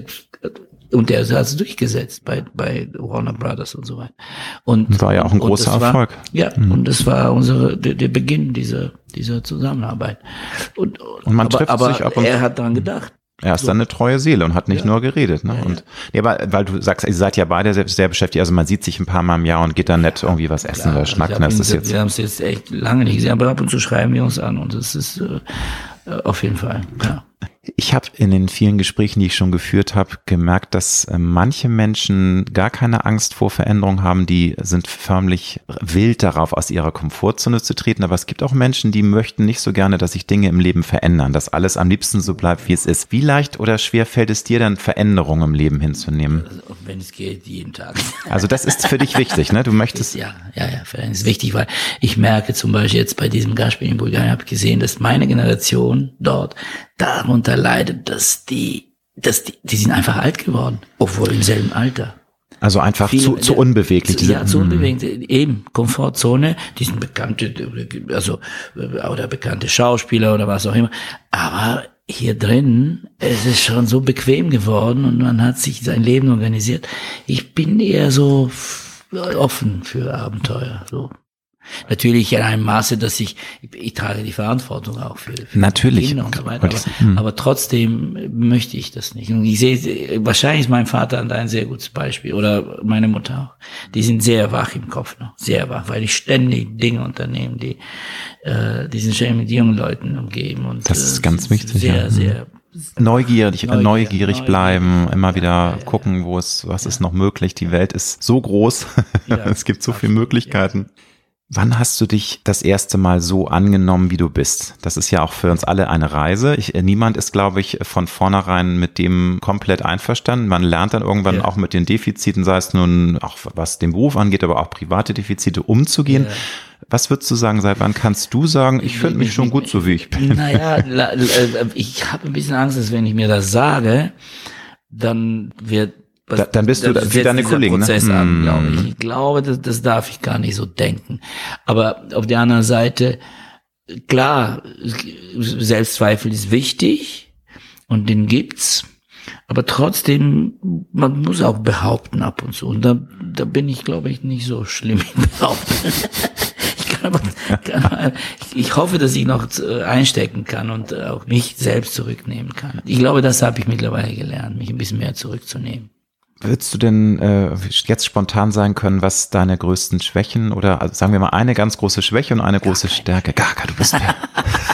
und der hat es durchgesetzt bei, bei Warner Brothers und so weiter. Und war ja auch ein großer war, Erfolg. Ja, mhm. Und das war unsere, der, der Beginn dieser, dieser Zusammenarbeit. Und, und man aber, trifft aber sich ab und er hat daran gedacht. Er ist dann eine treue Seele und hat nicht ja. nur geredet, ne? Ja, und ja, aber weil du sagst, ihr seid ja beide sehr, sehr beschäftigt, also man sieht sich ein paar Mal im Jahr und geht dann nett irgendwie was essen Klar, oder schnacken. Das ist jetzt wir haben es jetzt echt lange nicht gesehen, aber ab und zu schreiben wir uns an und das ist äh, auf jeden Fall, ja. Ich habe in den vielen Gesprächen, die ich schon geführt habe, gemerkt, dass äh, manche Menschen gar keine Angst vor Veränderung haben, die sind förmlich wild darauf, aus ihrer Komfortzone zu treten, aber es gibt auch Menschen, die möchten nicht so gerne, dass sich Dinge im Leben verändern, dass alles am liebsten so bleibt, wie es ist. Wie leicht oder schwer fällt es dir dann, Veränderungen im Leben hinzunehmen? Also, wenn es geht, jeden Tag. Also das ist für dich wichtig, ne? Du möchtest... Ja, ja, ja, Veränderung ist wichtig, weil ich merke zum Beispiel jetzt bei diesem Gastspiel in Bulgarien, habe ich gesehen, dass meine Generation dort darunter leidet, dass die, dass die, die sind einfach alt geworden, obwohl im selben Alter. Also einfach Viele, zu, zu unbeweglich. Zu, ja, zu unbeweglich. Eben, Komfortzone, die sind bekannte, also, oder bekannte Schauspieler oder was auch immer. Aber hier drin, es ist schon so bequem geworden und man hat sich sein Leben organisiert. Ich bin eher so offen für Abenteuer, so. Natürlich in einem Maße, dass ich, ich trage die Verantwortung auch für, für Natürlich. Kinder und so weiter, aber, hm. aber trotzdem möchte ich das nicht. Und ich sehe, wahrscheinlich ist mein Vater ein sehr gutes Beispiel oder meine Mutter auch. Die sind sehr wach im Kopf noch, sehr wach, weil ich ständig Dinge unternehmen, die, äh, die sind ständig mit jungen Leuten umgeben und das ist ganz wichtig. Sehr, ja. sehr Neugierig, neugierig, neugierig bleiben, ja, immer wieder ja, ja, gucken, wo es, was ja. ist noch möglich. Die Welt ist so groß, ja, es gibt so viele Möglichkeiten. Ja. Wann hast du dich das erste Mal so angenommen, wie du bist? Das ist ja auch für uns alle eine Reise. Ich, niemand ist, glaube ich, von vornherein mit dem komplett einverstanden. Man lernt dann irgendwann ja. auch mit den Defiziten, sei es nun auch was den Beruf angeht, aber auch private Defizite umzugehen. Ja. Was würdest du sagen, seit wann kannst du sagen, ich finde mich schon gut, so wie ich bin? Naja, ich habe ein bisschen Angst, dass wenn ich mir das sage, dann wird Was, da, dann bist du da, wie deine Kollegen, Prozess ne? an, glaube ich. Ich glaube, das, das darf ich gar nicht so denken. Aber auf der anderen Seite, klar, Selbstzweifel ist wichtig und den gibt's. Aber trotzdem, man muss auch behaupten ab und zu. Und da, da bin ich, glaube ich, nicht so schlimm im Behaupten. ich, kann aber, kann, ich hoffe, dass ich noch einstecken kann und auch mich selbst zurücknehmen kann. Ich glaube, das habe ich mittlerweile gelernt, mich ein bisschen mehr zurückzunehmen. Würdest du denn äh, jetzt spontan sagen können, was deine größten Schwächen oder also sagen wir mal eine ganz große Schwäche und eine Gar große Stärke? Gaga, du bist ja.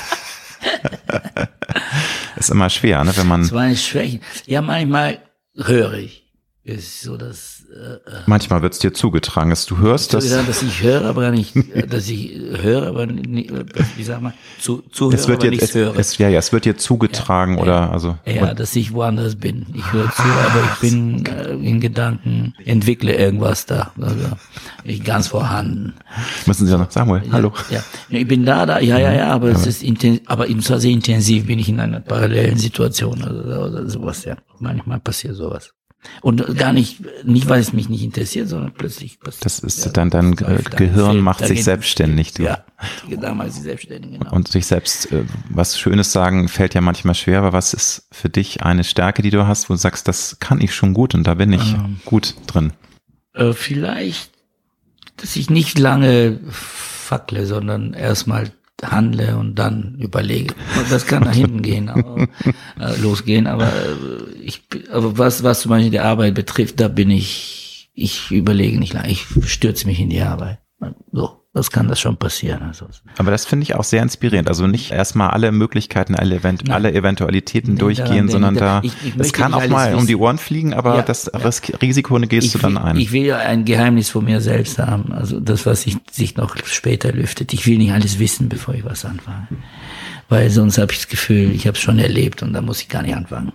Ist immer schwer, ne, wenn man. Das meine Schwächen. Ja, manchmal höre ich. Ist so das. Äh, manchmal wird's dir zugetragen, dass du hörst, dass. Sagen, dass ich höre, aber nicht, dass ich höre, aber nicht, wie sag mal, zu, zuhöre, es wird aber dir, nicht es, höre. Es, ja, ja, es wird dir zugetragen ja, oder ja, also. Ja, dass ich woanders bin. Ich höre zu, aber ich bin äh, in Gedanken, entwickle irgendwas da. Also ich ganz vorhanden. Müssen Sie ja noch Samuel, ja, hallo. Ja, ich bin da, da, ja, ja, ja, aber ja, es ist intensiv, aber eben zwar sehr intensiv bin ich in einer parallelen Situation oder, oder sowas, ja. Manchmal passiert sowas. Und gar nicht, nicht weil es mich nicht interessiert, sondern plötzlich passiert. Das ist ja, dann, dein Ge Gehirn Film, macht sich selbstständig. Du. Ja, damals sich selbstständig, genau. Und sich selbst äh, was Schönes sagen fällt ja manchmal schwer, aber was ist für dich eine Stärke, die du hast, wo du sagst, das kann ich schon gut und da bin ich ähm, gut drin? Äh, vielleicht, dass ich nicht lange fackle, sondern erstmal handle und dann überlege. Das kann nach hinten gehen, aber, äh, losgehen, aber äh, ich, aber was, was zum Beispiel die Arbeit betrifft, da bin ich, ich überlege nicht lange, ich stürze mich in die Arbeit. So, das kann das schon passieren. Also. Aber das finde ich auch sehr inspirierend. Also nicht erstmal alle Möglichkeiten, alle, Event- alle Eventualitäten nee, durchgehen, sondern da, ich, ich es kann auch mal um die Ohren fliegen, aber ja, das ja. Risiko gehst ich du dann will, ein. Ich will ja ein Geheimnis von mir selbst haben, also das, was sich, sich noch später lüftet. Ich will nicht alles wissen, bevor ich was anfange. Weil sonst habe ich das Gefühl, ich habe es schon erlebt und da muss ich gar nicht anfangen.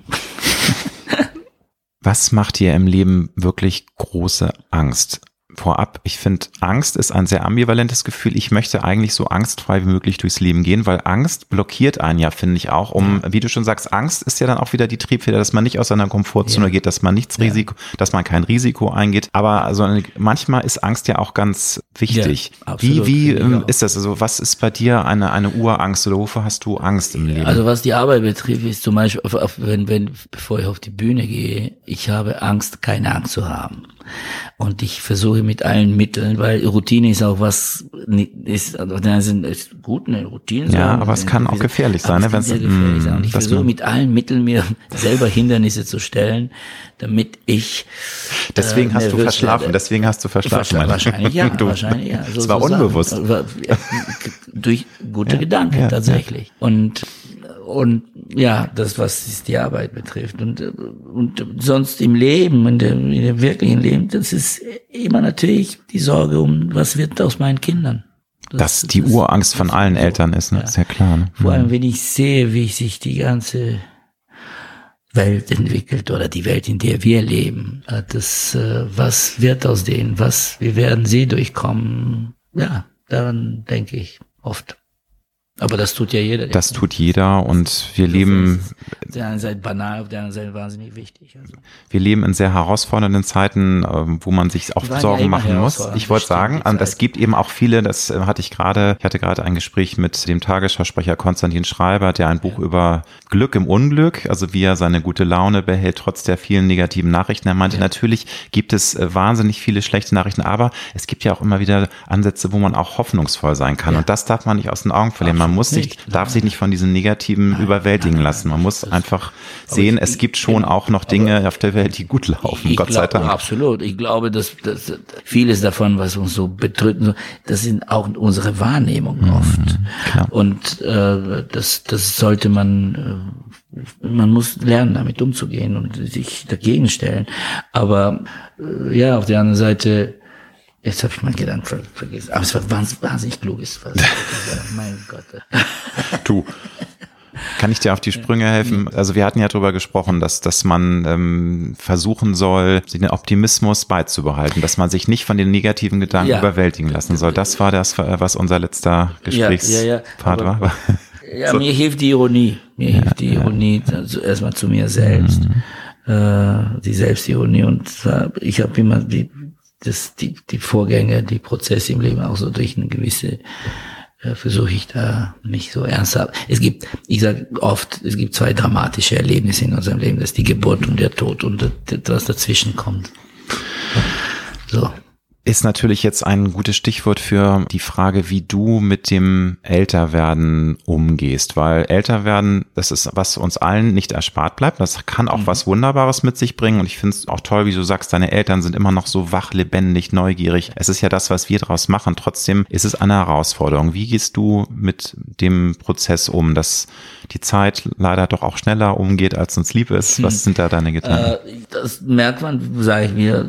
Was macht dir im Leben wirklich große Angst? Vorab, ich finde, Angst ist ein sehr ambivalentes Gefühl. Ich möchte eigentlich so angstfrei wie möglich durchs Leben gehen, weil Angst blockiert einen ja, finde ich auch. Um, ja. Wie du schon sagst, Angst ist ja dann auch wieder die Triebfeder, dass man nicht aus seiner Komfortzone ja. geht, dass man nichts ja. Risiko, dass man kein Risiko eingeht. Aber also manchmal ist Angst ja auch ganz wichtig. Ja, absolut, wie wie ähm, ist das? Also was ist bei dir eine eine Urangst oder wofür hast du Angst im Leben? Also was die Arbeit betrifft, ist zum Beispiel, auf, auf, wenn wenn bevor ich auf die Bühne gehe, ich habe Angst, keine Angst zu haben. Und ich versuche mit allen Mitteln, weil Routine ist auch was, ist, also da sind ist gut eine Routine. Ja, sagen, aber es kann auch gefährlich sein, ne? Es kann sehr gefährlich sein. Und ich versuche mit allen Mitteln mir selber Hindernisse zu stellen, damit ich. Deswegen äh, hast du verschlafen. Werde. Deswegen hast du verschlafen. Wahrscheinlich ja. Du, wahrscheinlich ja. So, das war so unbewusst. Sagen, durch gute ja, Gedanken ja, tatsächlich. Ja. Und Und ja, das, was die Arbeit betrifft. Und, und sonst im Leben, in dem, in dem wirklichen Leben, das ist immer natürlich die Sorge um, was wird aus meinen Kindern. Das, Dass die das, Urangst von allen so, Eltern ist, ne? Ja. Ist ja klar. Ne? Vor allem, wenn ich sehe, wie sich die ganze Welt entwickelt oder die Welt, in der wir leben. Das, was wird aus denen? Was, wie werden sie durchkommen? Ja, daran denke ich oft. Aber das tut ja jeder. Das tut jeder und wir also leben. Auf der einen Seite banal, auf der anderen Seite wahnsinnig wichtig. Also. Wir leben in sehr herausfordernden Zeiten, wo man sich auch Sorgen ja machen muss. Ich wollte sagen, und es gibt eben auch viele, das hatte ich gerade, ich hatte gerade ein Gespräch mit dem Tagesschausprecher Konstantin Schreiber, der ein Buch ja. über Glück im Unglück, also wie er seine gute Laune behält, trotz der vielen negativen Nachrichten. Er meinte, ja. natürlich gibt es wahnsinnig viele schlechte Nachrichten, aber es gibt ja auch immer wieder Ansätze, wo man auch hoffnungsvoll sein kann. Ja. Und das darf man nicht aus den Augen verlieren. Man muss nicht, nicht darf sich nicht von diesen Negativen nein, überwältigen nein, nein, lassen. Man muss das, einfach sehen, ich, es gibt schon genau, auch noch Dinge auf der Welt, die gut laufen, ich, Gott ich sei Dank. Absolut. Ich glaube, dass, dass vieles davon, was uns so bedrückt, das sind auch unsere Wahrnehmungen oft. Mhm, und äh, das, das sollte man, äh, man muss lernen, damit umzugehen und sich dagegen stellen. Aber äh, ja, auf der anderen Seite, jetzt habe ich meinen Gedanken ver- vergessen. Aber es war wahnsinnig, wahnsinnig kluges. Mein Gott. Du, kann ich dir auf die Sprünge helfen? Also wir hatten ja darüber gesprochen, dass dass man ähm, versuchen soll, den Optimismus beizubehalten, dass man sich nicht von den negativen Gedanken ja. überwältigen lassen soll. Das war das, was unser letzter Gesprächspart ja, ja, ja. war. Ja, so. Mir hilft die Ironie. Mir ja, hilft die Ironie ja. also erstmal zu mir selbst. Mhm. Äh, die Selbstironie. Und zwar, ich habe immer die Das, die, die Vorgänge, die Prozesse im Leben auch so durch eine gewisse, äh, versuche ich da nicht so ernsthaft. Es gibt, ich sage oft, es gibt zwei dramatische Erlebnisse in unserem Leben, das ist die Geburt und der Tod und das, was dazwischen kommt. So. Ist natürlich jetzt ein gutes Stichwort für die Frage, wie du mit dem Älterwerden umgehst, weil Älterwerden, das ist, was uns allen nicht erspart bleibt, das kann auch mhm. was Wunderbares mit sich bringen und ich finde es auch toll, wie du sagst, deine Eltern sind immer noch so wach, lebendig, neugierig. Es ist ja das, was wir daraus machen, trotzdem ist es eine Herausforderung. Wie gehst du mit dem Prozess um, dass die Zeit leider doch auch schneller umgeht, als uns lieb ist? Was sind da deine Gedanken? Äh, das merkt man, sage ich mir,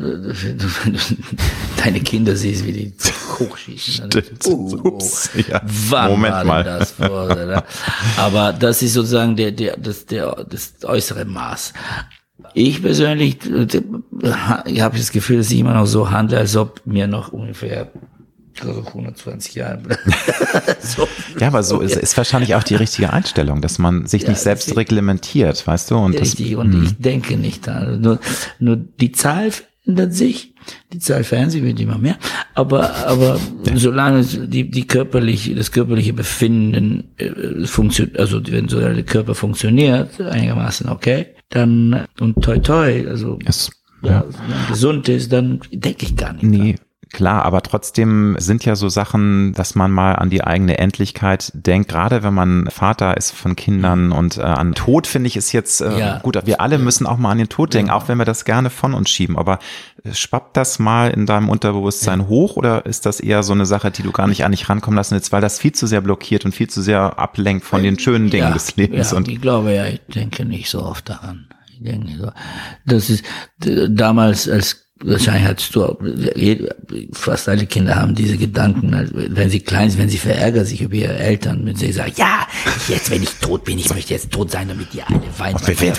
deine Kinder siehst, wie die hochschießen. Stimmt. Uh, Ups, ja. Wann Moment war mal. Das vor, oder? Aber das ist sozusagen der, der, das, der, das äußere Maß. Ich persönlich, ich habe das Gefühl, dass ich immer noch so handle, als ob mir noch ungefähr hundertzwanzig Jahre. so. Ja, aber so ist, ist wahrscheinlich auch die richtige Einstellung, dass man sich ja, nicht selbst deswegen, reglementiert, weißt du? Und richtig, das, und mh. ich denke nicht daran. Nur, nur die Zahl verändert sich, die Zahl verändert sich, wird immer mehr, aber, aber ja. solange die, die körperliche, das körperliche Befinden äh, funktioniert, also wenn so der Körper funktioniert, einigermaßen okay, dann, und toi toi, also, yes. ja, wenn man gesund ist, dann denke ich gar nicht nee. dran. Klar, aber trotzdem sind ja so Sachen, dass man mal an die eigene Endlichkeit denkt, gerade wenn man Vater ist von Kindern und äh, an Tod, finde ich, ist jetzt äh, ja. gut, wir alle müssen auch mal an den Tod denken, ja. auch wenn wir das gerne von uns schieben, aber schwappt das mal in deinem Unterbewusstsein ja. hoch oder ist das eher so eine Sache, die du gar nicht an dich rankommen lassen willst, weil das viel zu sehr blockiert und viel zu sehr ablenkt von den schönen Dingen ja, des Lebens? Ja, und ich glaube ja, ich denke nicht so oft daran. Ich denke nicht so. Das ist damals als wahrscheinlich hast du, fast alle Kinder haben diese Gedanken, wenn sie klein sind, wenn sie verärgern sich über ihre Eltern, wenn sie sagen, ja, jetzt, wenn ich tot bin, ich möchte jetzt tot sein, damit die alle weinen.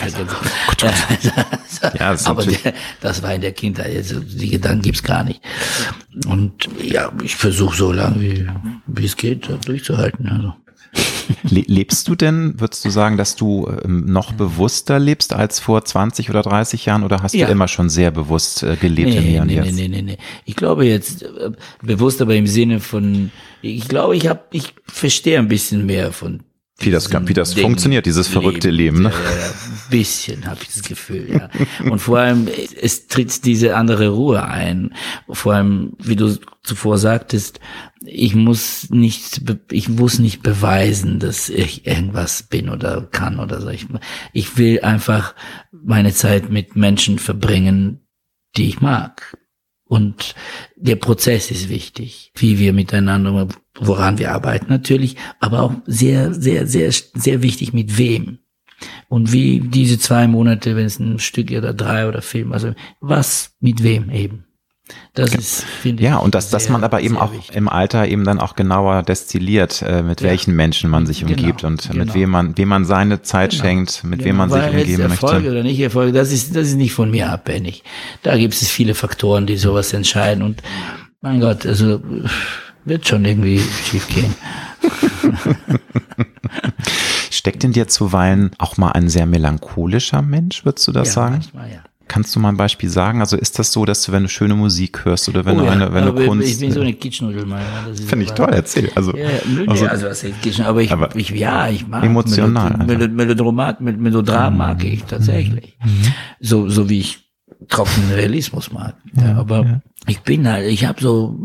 Ja, das aber der, das war in der Kindheit, also die Gedanken gibt's gar nicht. Und ja, ich versuche so lange, wie, wie es geht, durchzuhalten. Also. Lebst du denn, würdest du sagen, dass du noch bewusster lebst als vor zwanzig oder dreißig Jahren oder hast ja. du immer schon sehr bewusst gelebt nee, im Hier und nee, Jetzt? Nee, nee, nee, nee. Ich glaube jetzt, äh, bewusst aber im Sinne von, ich glaube, ich habe, ich verstehe ein bisschen mehr von Wie das, wie das funktioniert, dieses verrückte Leben. Ne? Ja, ja, ein bisschen habe ich das Gefühl, ja. Und vor allem, es tritt diese andere Ruhe ein. Vor allem, wie du zuvor sagtest, ich muss nicht, ich muss nicht beweisen, dass ich irgendwas bin oder kann oder so. Ich, ich will einfach meine Zeit mit Menschen verbringen, die ich mag. Und der Prozess ist wichtig, wie wir miteinander, woran wir arbeiten natürlich, aber auch sehr, sehr, sehr, sehr wichtig mit wem. Und wie diese zwei Monate, wenn es ein Stück oder drei oder Film, also was mit wem eben. Das ist, finde ich. Ja, und dass, sehr, dass man aber eben auch wichtig. im Alter eben dann auch genauer destilliert, äh, mit ja. welchen Menschen man sich umgibt genau, und genau. mit wem man, wem man seine Zeit genau. schenkt, mit genau. wem man Weil sich umgeben jetzt Erfolge möchte. Oder nicht Erfolge, das ist, das ist nicht von mir abhängig. Da gibt es viele Faktoren, die sowas entscheiden und mein Gott, also wird schon irgendwie schief gehen. Steckt in dir zuweilen auch mal ein sehr melancholischer Mensch, würdest du das ja, sagen? Manchmal, ja. Kannst du mal ein Beispiel sagen? Also ist das so, dass du, wenn du schöne Musik hörst oder wenn oh, du eine, ja. wenn aber du Kunst... Ich bin so eine Kitschnudel mal. Ja. Finde ich toll, erzähl. Also, ja, nö, also, also was heißt Kitsch, aber ich, aber ich, ja, ich mag emotional. Melod Melodromat, Melodram mhm. mag ich tatsächlich. Mhm. So, so wie ich trockenen Realismus mag. Ja, ja, aber ja. ich bin halt, ich habe so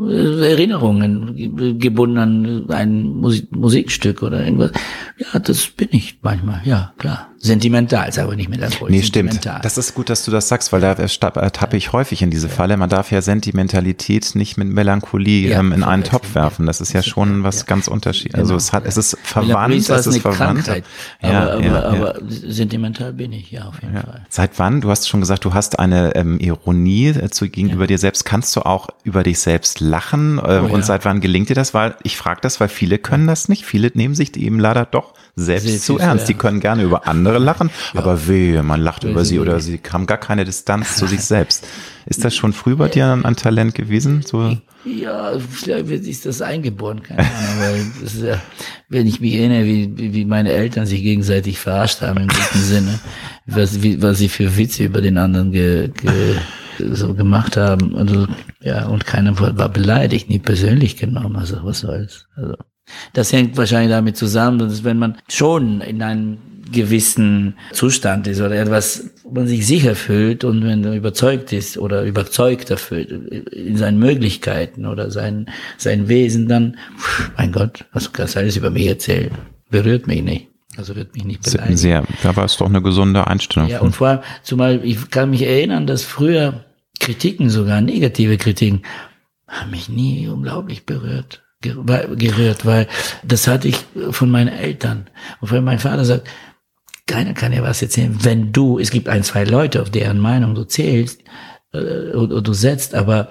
Erinnerungen gebunden an ein Musik, Musikstück oder irgendwas. Ja, das bin ich manchmal, ja, klar. Sentimental, ist aber nicht melancholisch. Nee, stimmt. Das ist gut, dass du das sagst, weil da tappe ich häufig in diese ja. Falle. Man darf ja Sentimentalität nicht mit Melancholie ja, ähm, in einen Topf werfen. Das ist ja schon was ja. ganz unterschiedliches. Also genau. es hat, es ist verwandt, es ist eine verwandt. Krankheit. Ja, aber, ja, aber, ja. aber sentimental bin ich, ja, auf jeden ja. Fall. Seit wann? Du hast schon gesagt, du hast eine ähm, Ironie äh, zu, gegenüber ja. dir selbst. Kannst du auch über dich selbst lachen? Äh, oh, und ja. seit wann gelingt dir das? Weil ich frage das, weil viele können das nicht. Viele nehmen sich eben leider doch selbst Sehr zu ernst. Die können gerne über andere lachen, ja. aber wehe, man lacht über sie oder sie haben gar keine Distanz zu sich selbst. Ist das schon früh bei dir ein, ein Talent gewesen? So? Ja, vielleicht ist das eingeboren, keine Ahnung, weil das ist ja, wenn ich mich erinnere, wie, wie meine Eltern sich gegenseitig verarscht haben im guten Sinne, was, wie, was sie für Witze über den anderen ge, ge, so gemacht haben, also, ja, und keiner war beleidigt, nie persönlich genommen, also was soll's, also. Das hängt wahrscheinlich damit zusammen, dass wenn man schon in einem gewissen Zustand ist oder etwas, wo man sich sicher fühlt und wenn er überzeugt ist oder überzeugter fühlt in seinen Möglichkeiten oder sein, sein Wesen, dann, mein Gott, was du kannst alles über mich erzählen, berührt mich nicht. Also wird mich nicht beleidigen. Sehr, da war es doch eine gesunde Einstellung. Ja, und vor allem, zumal, ich kann mich erinnern, dass früher Kritiken, sogar negative Kritiken, haben mich nie unglaublich berührt. gerührt, weil das hatte ich von meinen Eltern. Und wenn mein Vater sagt, keiner kann dir was erzählen, wenn du, es gibt ein, zwei Leute, auf deren Meinung du zählst äh, oder du setzt, aber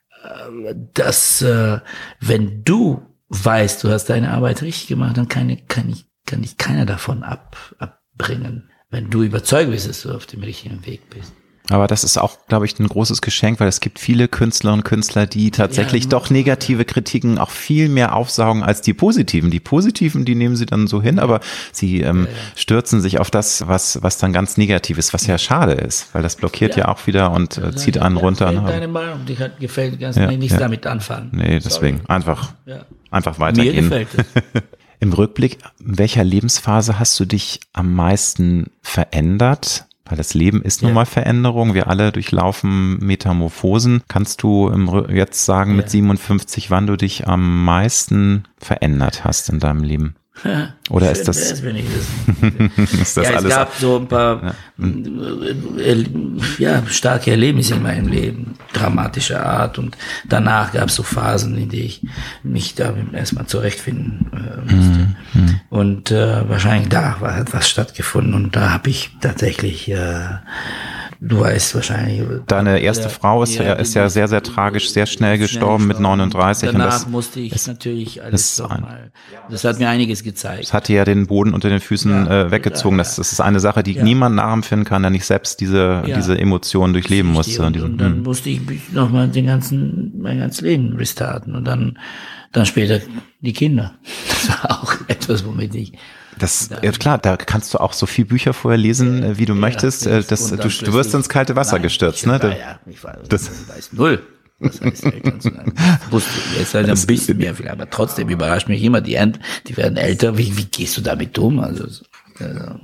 äh, dass, äh, wenn du weißt, du hast deine Arbeit richtig gemacht, dann kann, kann, ich, kann ich keiner davon ab, abbringen, wenn du überzeugt bist, dass du auf dem richtigen Weg bist. Aber das ist auch, glaube ich, ein großes Geschenk, weil es gibt viele Künstlerinnen und Künstler, die tatsächlich ja, doch negative Kritiken auch viel mehr aufsaugen als die positiven. Die positiven, die nehmen sie dann so hin, aber sie ähm, ja, ja. stürzen sich auf das, was was dann ganz negativ ist, was ja schade ist, weil das blockiert ja, ja auch wieder und äh, zieht einen ja, runter. Ja, deine Meinung, die hat, gefällt ganz ja, nichts ja. damit anfangen. Nee, deswegen Sorry. einfach ja. einfach weitergehen. Mir gefällt es. Im Rückblick, in welcher Lebensphase hast du dich am meisten verändert? Weil das Leben ist nun Ja. mal Veränderung. Wir alle durchlaufen Metamorphosen. Kannst du im, Rü- jetzt sagen mit Ja. siebenundfünfzig, wann du dich am meisten verändert hast in deinem Leben? Oder Schön ist das, wär's, wenn ich das ist das ja, es alles? gab so ein paar ja. ja, starke Erlebnisse in meinem Leben, dramatischer Art, und danach gab es so Phasen, in denen ich mich da erstmal zurechtfinden äh, musste. Mhm. Und äh, wahrscheinlich da war etwas stattgefunden, und da habe ich tatsächlich, äh, du weißt wahrscheinlich. Deine erste ja, Frau ist ja, ist ja sehr, sehr tragisch, sehr schnell gestorben mit neununddreißig. Danach Und das, musste ich das, natürlich alles das, nochmal, das hat mir einiges gezeigt. das hat dir ja den Boden unter den Füßen Ja, äh, weggezogen. ja, Das, das ist eine Sache, die ja. niemand nachempfinden kann, der nicht selbst diese, Ja. diese Emotionen durchleben Richtig. musste. Und, Diese, und dann mh. musste ich nochmal den ganzen, mein ganzes Leben restarten, und dann, dann später die Kinder. Das war auch etwas, womit ich, Das, ja klar, da kannst du auch so viel Bücher vorher lesen, äh, wie du ja, möchtest. Äh, das, und du, dann du wirst ins kalte Wasser Nein, gestürzt, ich, ne? War, Da- ja, ich, war, das- ich weiß null. Das heißt, Eltern zu sein. Wusste ich jetzt halt ein bisschen mehr vielleicht, aber trotzdem überrascht mich immer, die, Ent- die werden älter. Wie, wie gehst du damit um? Also, also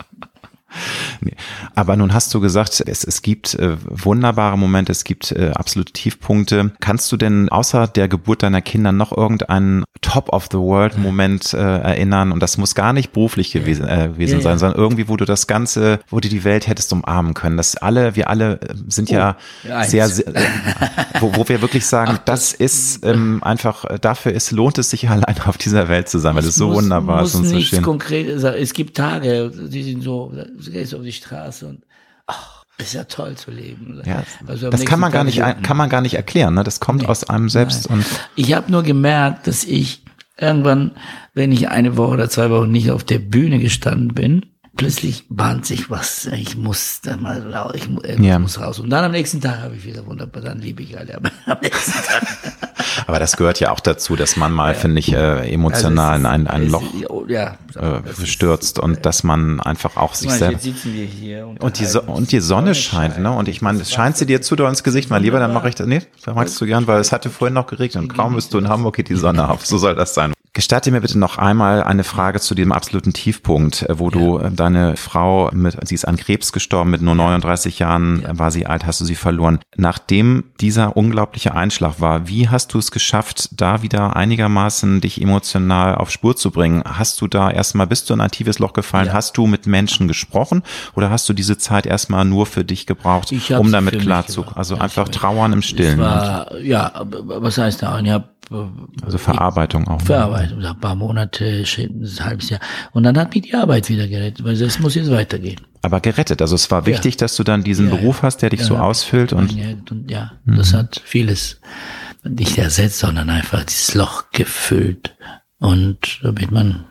Nee. Aber nun hast du gesagt, es, es gibt äh, wunderbare Momente, es gibt äh, absolute Tiefpunkte. Kannst du denn außer der Geburt deiner Kinder noch irgendeinen Top-of-the-World-Moment äh, erinnern? Und das muss gar nicht beruflich gewesen, äh, gewesen Ja, sein, ja. sondern irgendwie, wo du das Ganze, wo du die Welt hättest umarmen können. Das alle, wir alle äh, sind ja ja, eins. sehr, sehr äh, wo, wo wir wirklich sagen, Ach, das, das- ist ähm, einfach, äh, dafür ist, lohnt es sich allein auf dieser Welt zu sein, weil es so muss, wunderbar muss ist und so nichts schön. Konkretes sein. Es gibt Tage, die sind so, du gehst auf die Straße und ach, ist ja toll zu leben. Ja, Also am das kann man nächsten gar Tag nicht, so- ein- kann man gar nicht erklären, ne? Das kommt Nee. aus einem selbst. Nein. Und Ich habe nur gemerkt, dass ich irgendwann, wenn ich eine Woche oder zwei Wochen nicht auf der Bühne gestanden bin, plötzlich bahnt sich was. Ich muss da mal raus, ich mu- irgendwas Ja. muss raus. Und dann am nächsten Tag habe ich wieder wunderbar, dann liebe ich alle. Aber am nächsten Tag. Aber das gehört ja auch dazu, dass man mal, finde ich, äh, emotional in ein, ein es Loch ist- oh, ja, äh, das ist- stürzt und dass man einfach auch sich Guck mal, selber... jetzt sitzen wir hier Und die, so und die Sonne scheint, ne? Und ich meine, es scheint sie dir zu doll ins Gesicht, mein Lieber, dann mache ich das. Nee, das magst du gern, weil es hatte vorhin noch geregnet und kaum bist du in Hamburg, geht die Sonne auf. So soll das sein. Gestatte mir bitte noch einmal eine Frage zu diesem absoluten Tiefpunkt, äh, wo du äh, deine Frau mit, sie ist an Krebs gestorben, mit nur neununddreißig Jahren äh, war sie alt, hast du sie verloren. Nachdem dieser unglaubliche Einschlag war, wie hast du es geschafft, da wieder einigermaßen dich emotional auf Spur zu bringen? Hast du da erstmal, bist du in ein tiefes Loch gefallen? Ja. Hast du mit Menschen gesprochen oder hast du diese Zeit erstmal nur für dich gebraucht, Ich hab's um damit für mich klar zu, gebraucht. also Ja, einfach ich- trauern im Es Stillen? war, ja, aber was heißt da? Ich habe Also Verarbeitung auch. ne? Verarbeitung, ein paar Monate, ein halbes Jahr. Und dann hat mich die Arbeit wieder gerettet, weil es muss jetzt weitergehen. Aber gerettet. Also es war wichtig, dass du dann diesen Ja, Beruf hast, der dich ja. so ausfüllt und Ja, und ja, das hat vieles nicht ersetzt, sondern einfach dieses Loch gefüllt. Und damit man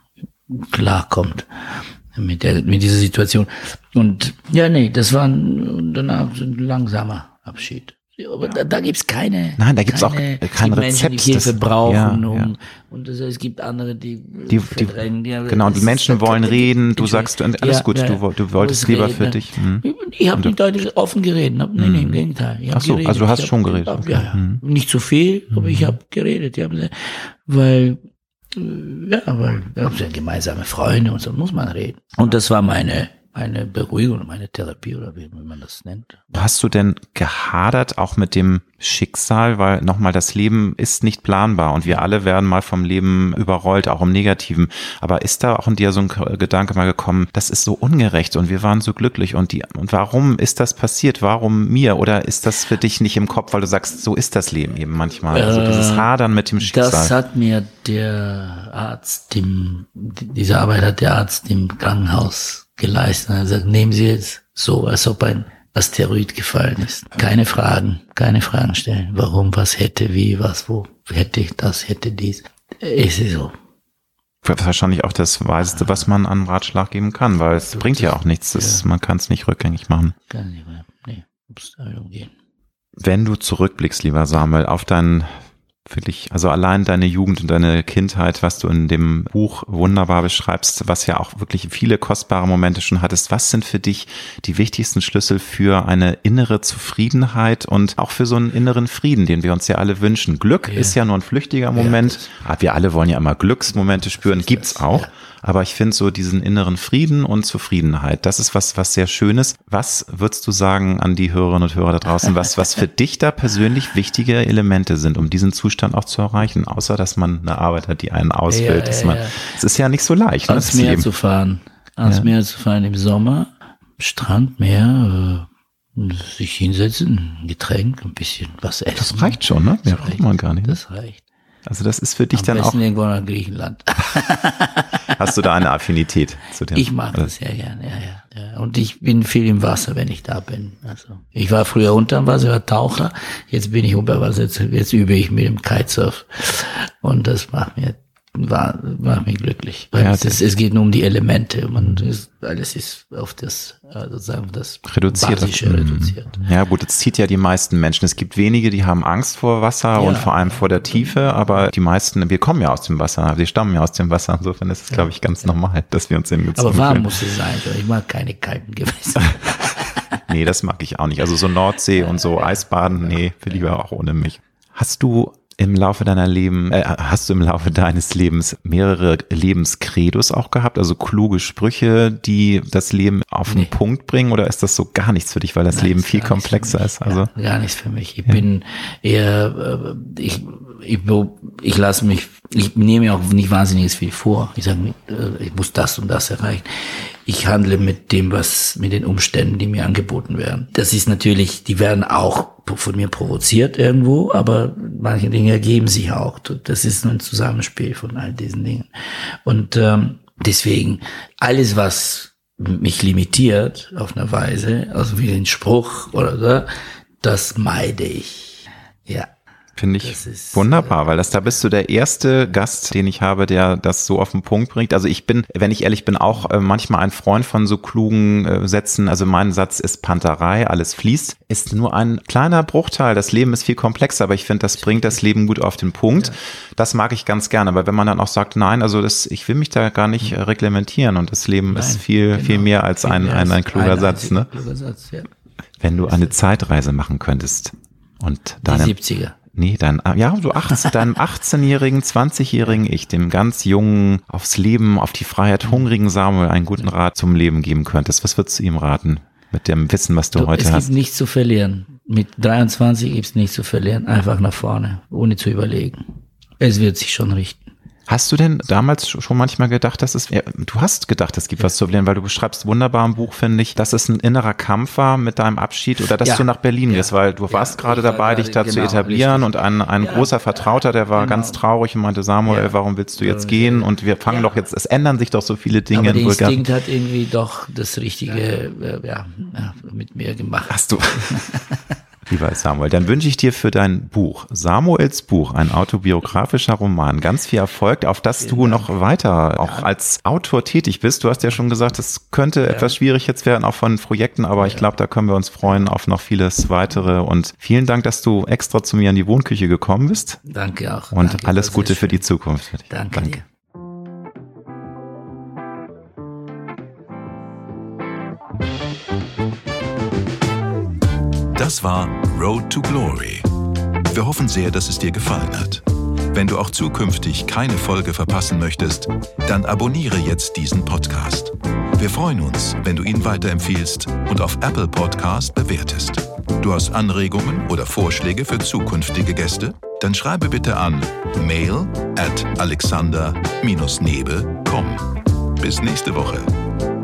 klarkommt mit der, mit dieser Situation. Und ja, nee, das war ein, danach so ein langsamer Abschied. Aber da, da gibt's keine. Nein, da gibt's auch keine, kein es gibt Menschen, die Rezept, Hilfe das- brauchen, ja, um, ja. und es, es gibt andere, die, Die- die- verdrängen. Die, genau, die das- Menschen das- wollen das- reden, du Entschuldigung. sagst, alles gut, du woll- du wolltest muss lieber reden, für ne? dich, mhm. Ich habe nicht deutlich offen geredet. Hab, nee, nee, im Gegenteil. Ich hab Ach so, geredet. also du hast Ich hab- schon geredet, hab- okay. Ja, ja. Mhm. Nicht zu viel, aber ich habe geredet. Die haben, gesagt, weil, äh, ja, weil wir sind gemeinsame Freunde und so muss man reden. Und das war meine, meine Beruhigung, meine Therapie oder wie man das nennt. Hast du denn gehadert auch mit dem Schicksal? Weil nochmal, das Leben ist nicht planbar und wir alle werden mal vom Leben überrollt, auch im Negativen. Aber ist da auch in dir so ein K- Gedanke mal gekommen, das ist so ungerecht und wir waren so glücklich und die, und warum ist das passiert? Warum mir? Oder ist das für dich nicht im Kopf, weil du sagst, so ist das Leben eben manchmal? Also dieses Hadern mit dem Schicksal. Das hat mir der Arzt, im, diese Arbeit hat der Arzt im Krankenhaus geleistet. Er hat gesagt, nehmen Sie jetzt so, als ob ein Asteroid gefallen ist. Keine Fragen, keine Fragen stellen. Warum, was hätte, wie, was, wo, hätte ich das, hätte dies. Es ist so. Wahrscheinlich auch das Weiseste, was man an Ratschlag geben kann, weil es bringt ja auch nichts. Das, man kann es nicht rückgängig machen. Kann nicht mehr. Nee, muss da umgehen. Wenn du zurückblickst, lieber Samuel, auf dein Wirklich, also allein deine Jugend und deine Kindheit, was du in dem Buch wunderbar beschreibst, was ja auch wirklich viele kostbare Momente schon hattest. Was sind für dich die wichtigsten Schlüssel für eine innere Zufriedenheit und auch für so einen inneren Frieden, den wir uns ja alle wünschen? Glück ja. ist ja nur ein flüchtiger Moment. Ja, wir alle wollen ja immer Glücksmomente spüren, gibt's auch. Ja. Aber ich finde so diesen inneren Frieden und Zufriedenheit, das ist was, was sehr Schönes. Was würdest du sagen an die Hörerinnen und Hörer da draußen, was, was für dich da persönlich wichtige Elemente sind, um diesen Zustand auch zu erreichen, außer dass man eine Arbeit hat, die einen ausfüllt. Ja, ja, man, ja. Es ist ja nicht so leicht. Ans ne, Meer Leben. zu fahren, ans ja. Meer zu fahren im Sommer, Strand, Meer, äh, sich hinsetzen, ein Getränk, ein bisschen was essen. Das reicht schon, ne? Mehr braucht man gar nicht. Das reicht. Also das ist für dich Am dann besten auch... irgendwo nach Griechenland. Hast du da eine Affinität zu dem? Ich mag das sehr gerne, ja, ja, ja. Und ich bin viel im Wasser, wenn ich da bin. Also ich war früher unterm Wasser, war Taucher. Jetzt bin ich unter Wasser, jetzt, jetzt übe ich mit dem Kitesurf. Und das macht mir, war, macht mich glücklich. Weil ja, es, ist, es geht nur um die Elemente. Man ist, alles ist auf das, sozusagen das reduziert. Basische reduziert. Ja gut, es zieht ja die meisten Menschen. Es gibt wenige, die haben Angst vor Wasser ja. und vor allem vor der Tiefe, aber die meisten, wir kommen ja aus dem Wasser, wir stammen ja aus dem Wasser. Insofern ist es, ja. glaube ich, ganz ja. normal, dass wir uns in Aber warm fühlen. Muss es sein. Ich mag keine kalten Gewässer. Nee, das mag ich auch nicht. Also so Nordsee und so Eisbaden, nee, will lieber auch ohne mich. Hast du im Laufe deiner Leben, äh, hast du im Laufe deines Lebens mehrere Lebenskredos auch gehabt, also kluge Sprüche, die das Leben auf den nee. Punkt bringen, oder ist das so gar nichts für dich, weil das Nein, Leben viel komplexer ist? Also ja, gar nichts für mich. Ich ja. bin eher, äh, ich, ich, ich lasse mich, ich nehme mir auch nicht wahnsinnig viel vor. Ich sage, äh, ich muss das und das erreichen. Ich handle mit dem, was, mit den Umständen, die mir angeboten werden. Das ist natürlich, die werden auch von mir provoziert irgendwo, aber manche Dinge ergeben sich auch. Das ist nur ein Zusammenspiel von all diesen Dingen. Und ähm, deswegen, alles, was mich limitiert auf eine Weise, also wie den Spruch oder so, das meide ich. Ja. Finde ich ist, wunderbar, weil das da bist du der erste Gast, den ich habe, der das so auf den Punkt bringt. Also ich bin, wenn ich ehrlich bin, auch äh, manchmal ein Freund von so klugen äh, Sätzen. Also mein Satz ist Panterei, alles fließt. Ist nur ein kleiner Bruchteil. Das Leben ist viel komplexer, aber ich finde, das bringt das Leben gut auf den Punkt. Ja. Das mag ich ganz gerne. Aber wenn man dann auch sagt, nein, also das, ich will mich da gar nicht äh, reglementieren und das Leben nein, ist viel, genau. viel mehr als viel ein, mehr ein, ein kluger ein Satz. Ne? Kluger Satz ja. Wenn du eine Zeitreise machen könntest und deine die siebziger. Nee, dann, ja, so achtzehn, deinem achtzehnjährigen, zwanzigjährigen Ich, dem ganz jungen, aufs Leben, auf die Freiheit hungrigen Samuel einen guten Rat zum Leben geben könntest. Was würdest du ihm raten mit dem Wissen, was du, du heute es hast? Es gibt nichts zu verlieren. Mit dreiundzwanzig gibt es nichts zu verlieren. Einfach nach vorne, ohne zu überlegen. Es wird sich schon richten. Hast du denn damals schon manchmal gedacht, dass es, ja, du hast gedacht, es gibt ja. was zu verlieren, weil du beschreibst wunderbar im Buch, finde ich, dass es ein innerer Kampf war mit deinem Abschied oder dass ja. du nach Berlin gehst, ja. weil du ja. warst gerade dabei, war dich da genau, zu etablieren richtig. Und ein, ein ja. großer Vertrauter, der war genau. ganz traurig und meinte, Samuel, ja. warum willst du jetzt ja. gehen? Und wir fangen ja. doch jetzt, es ändern sich doch so viele Dinge. Aber der in Bulgarien. Instinkt hat irgendwie doch das Richtige äh, ja, mit mir gemacht. Hast du... Lieber Samuel, dann wünsche ich dir für dein Buch, Samuels Buch, ein autobiografischer Roman, ganz viel Erfolg, auf das du noch weiter auch als Autor tätig bist. Du hast ja schon gesagt, es könnte ja. etwas schwierig jetzt werden, auch von Projekten, aber ich glaube, da können wir uns freuen auf noch vieles weitere. Und vielen Dank, dass du extra zu mir in die Wohnküche gekommen bist. Danke auch. Und Danke, alles Gute für die Zukunft. Danke, Danke. Dir. Das war Road to Glory. Wir hoffen sehr, dass es dir gefallen hat. Wenn du auch zukünftig keine Folge verpassen möchtest, dann abonniere jetzt diesen Podcast. Wir freuen uns, wenn du ihn weiterempfiehlst und auf Apple Podcast bewertest. Du hast Anregungen oder Vorschläge für zukünftige Gäste? Dann schreibe bitte an mail at alexander Bindestrich nebe Punkt com. Bis nächste Woche.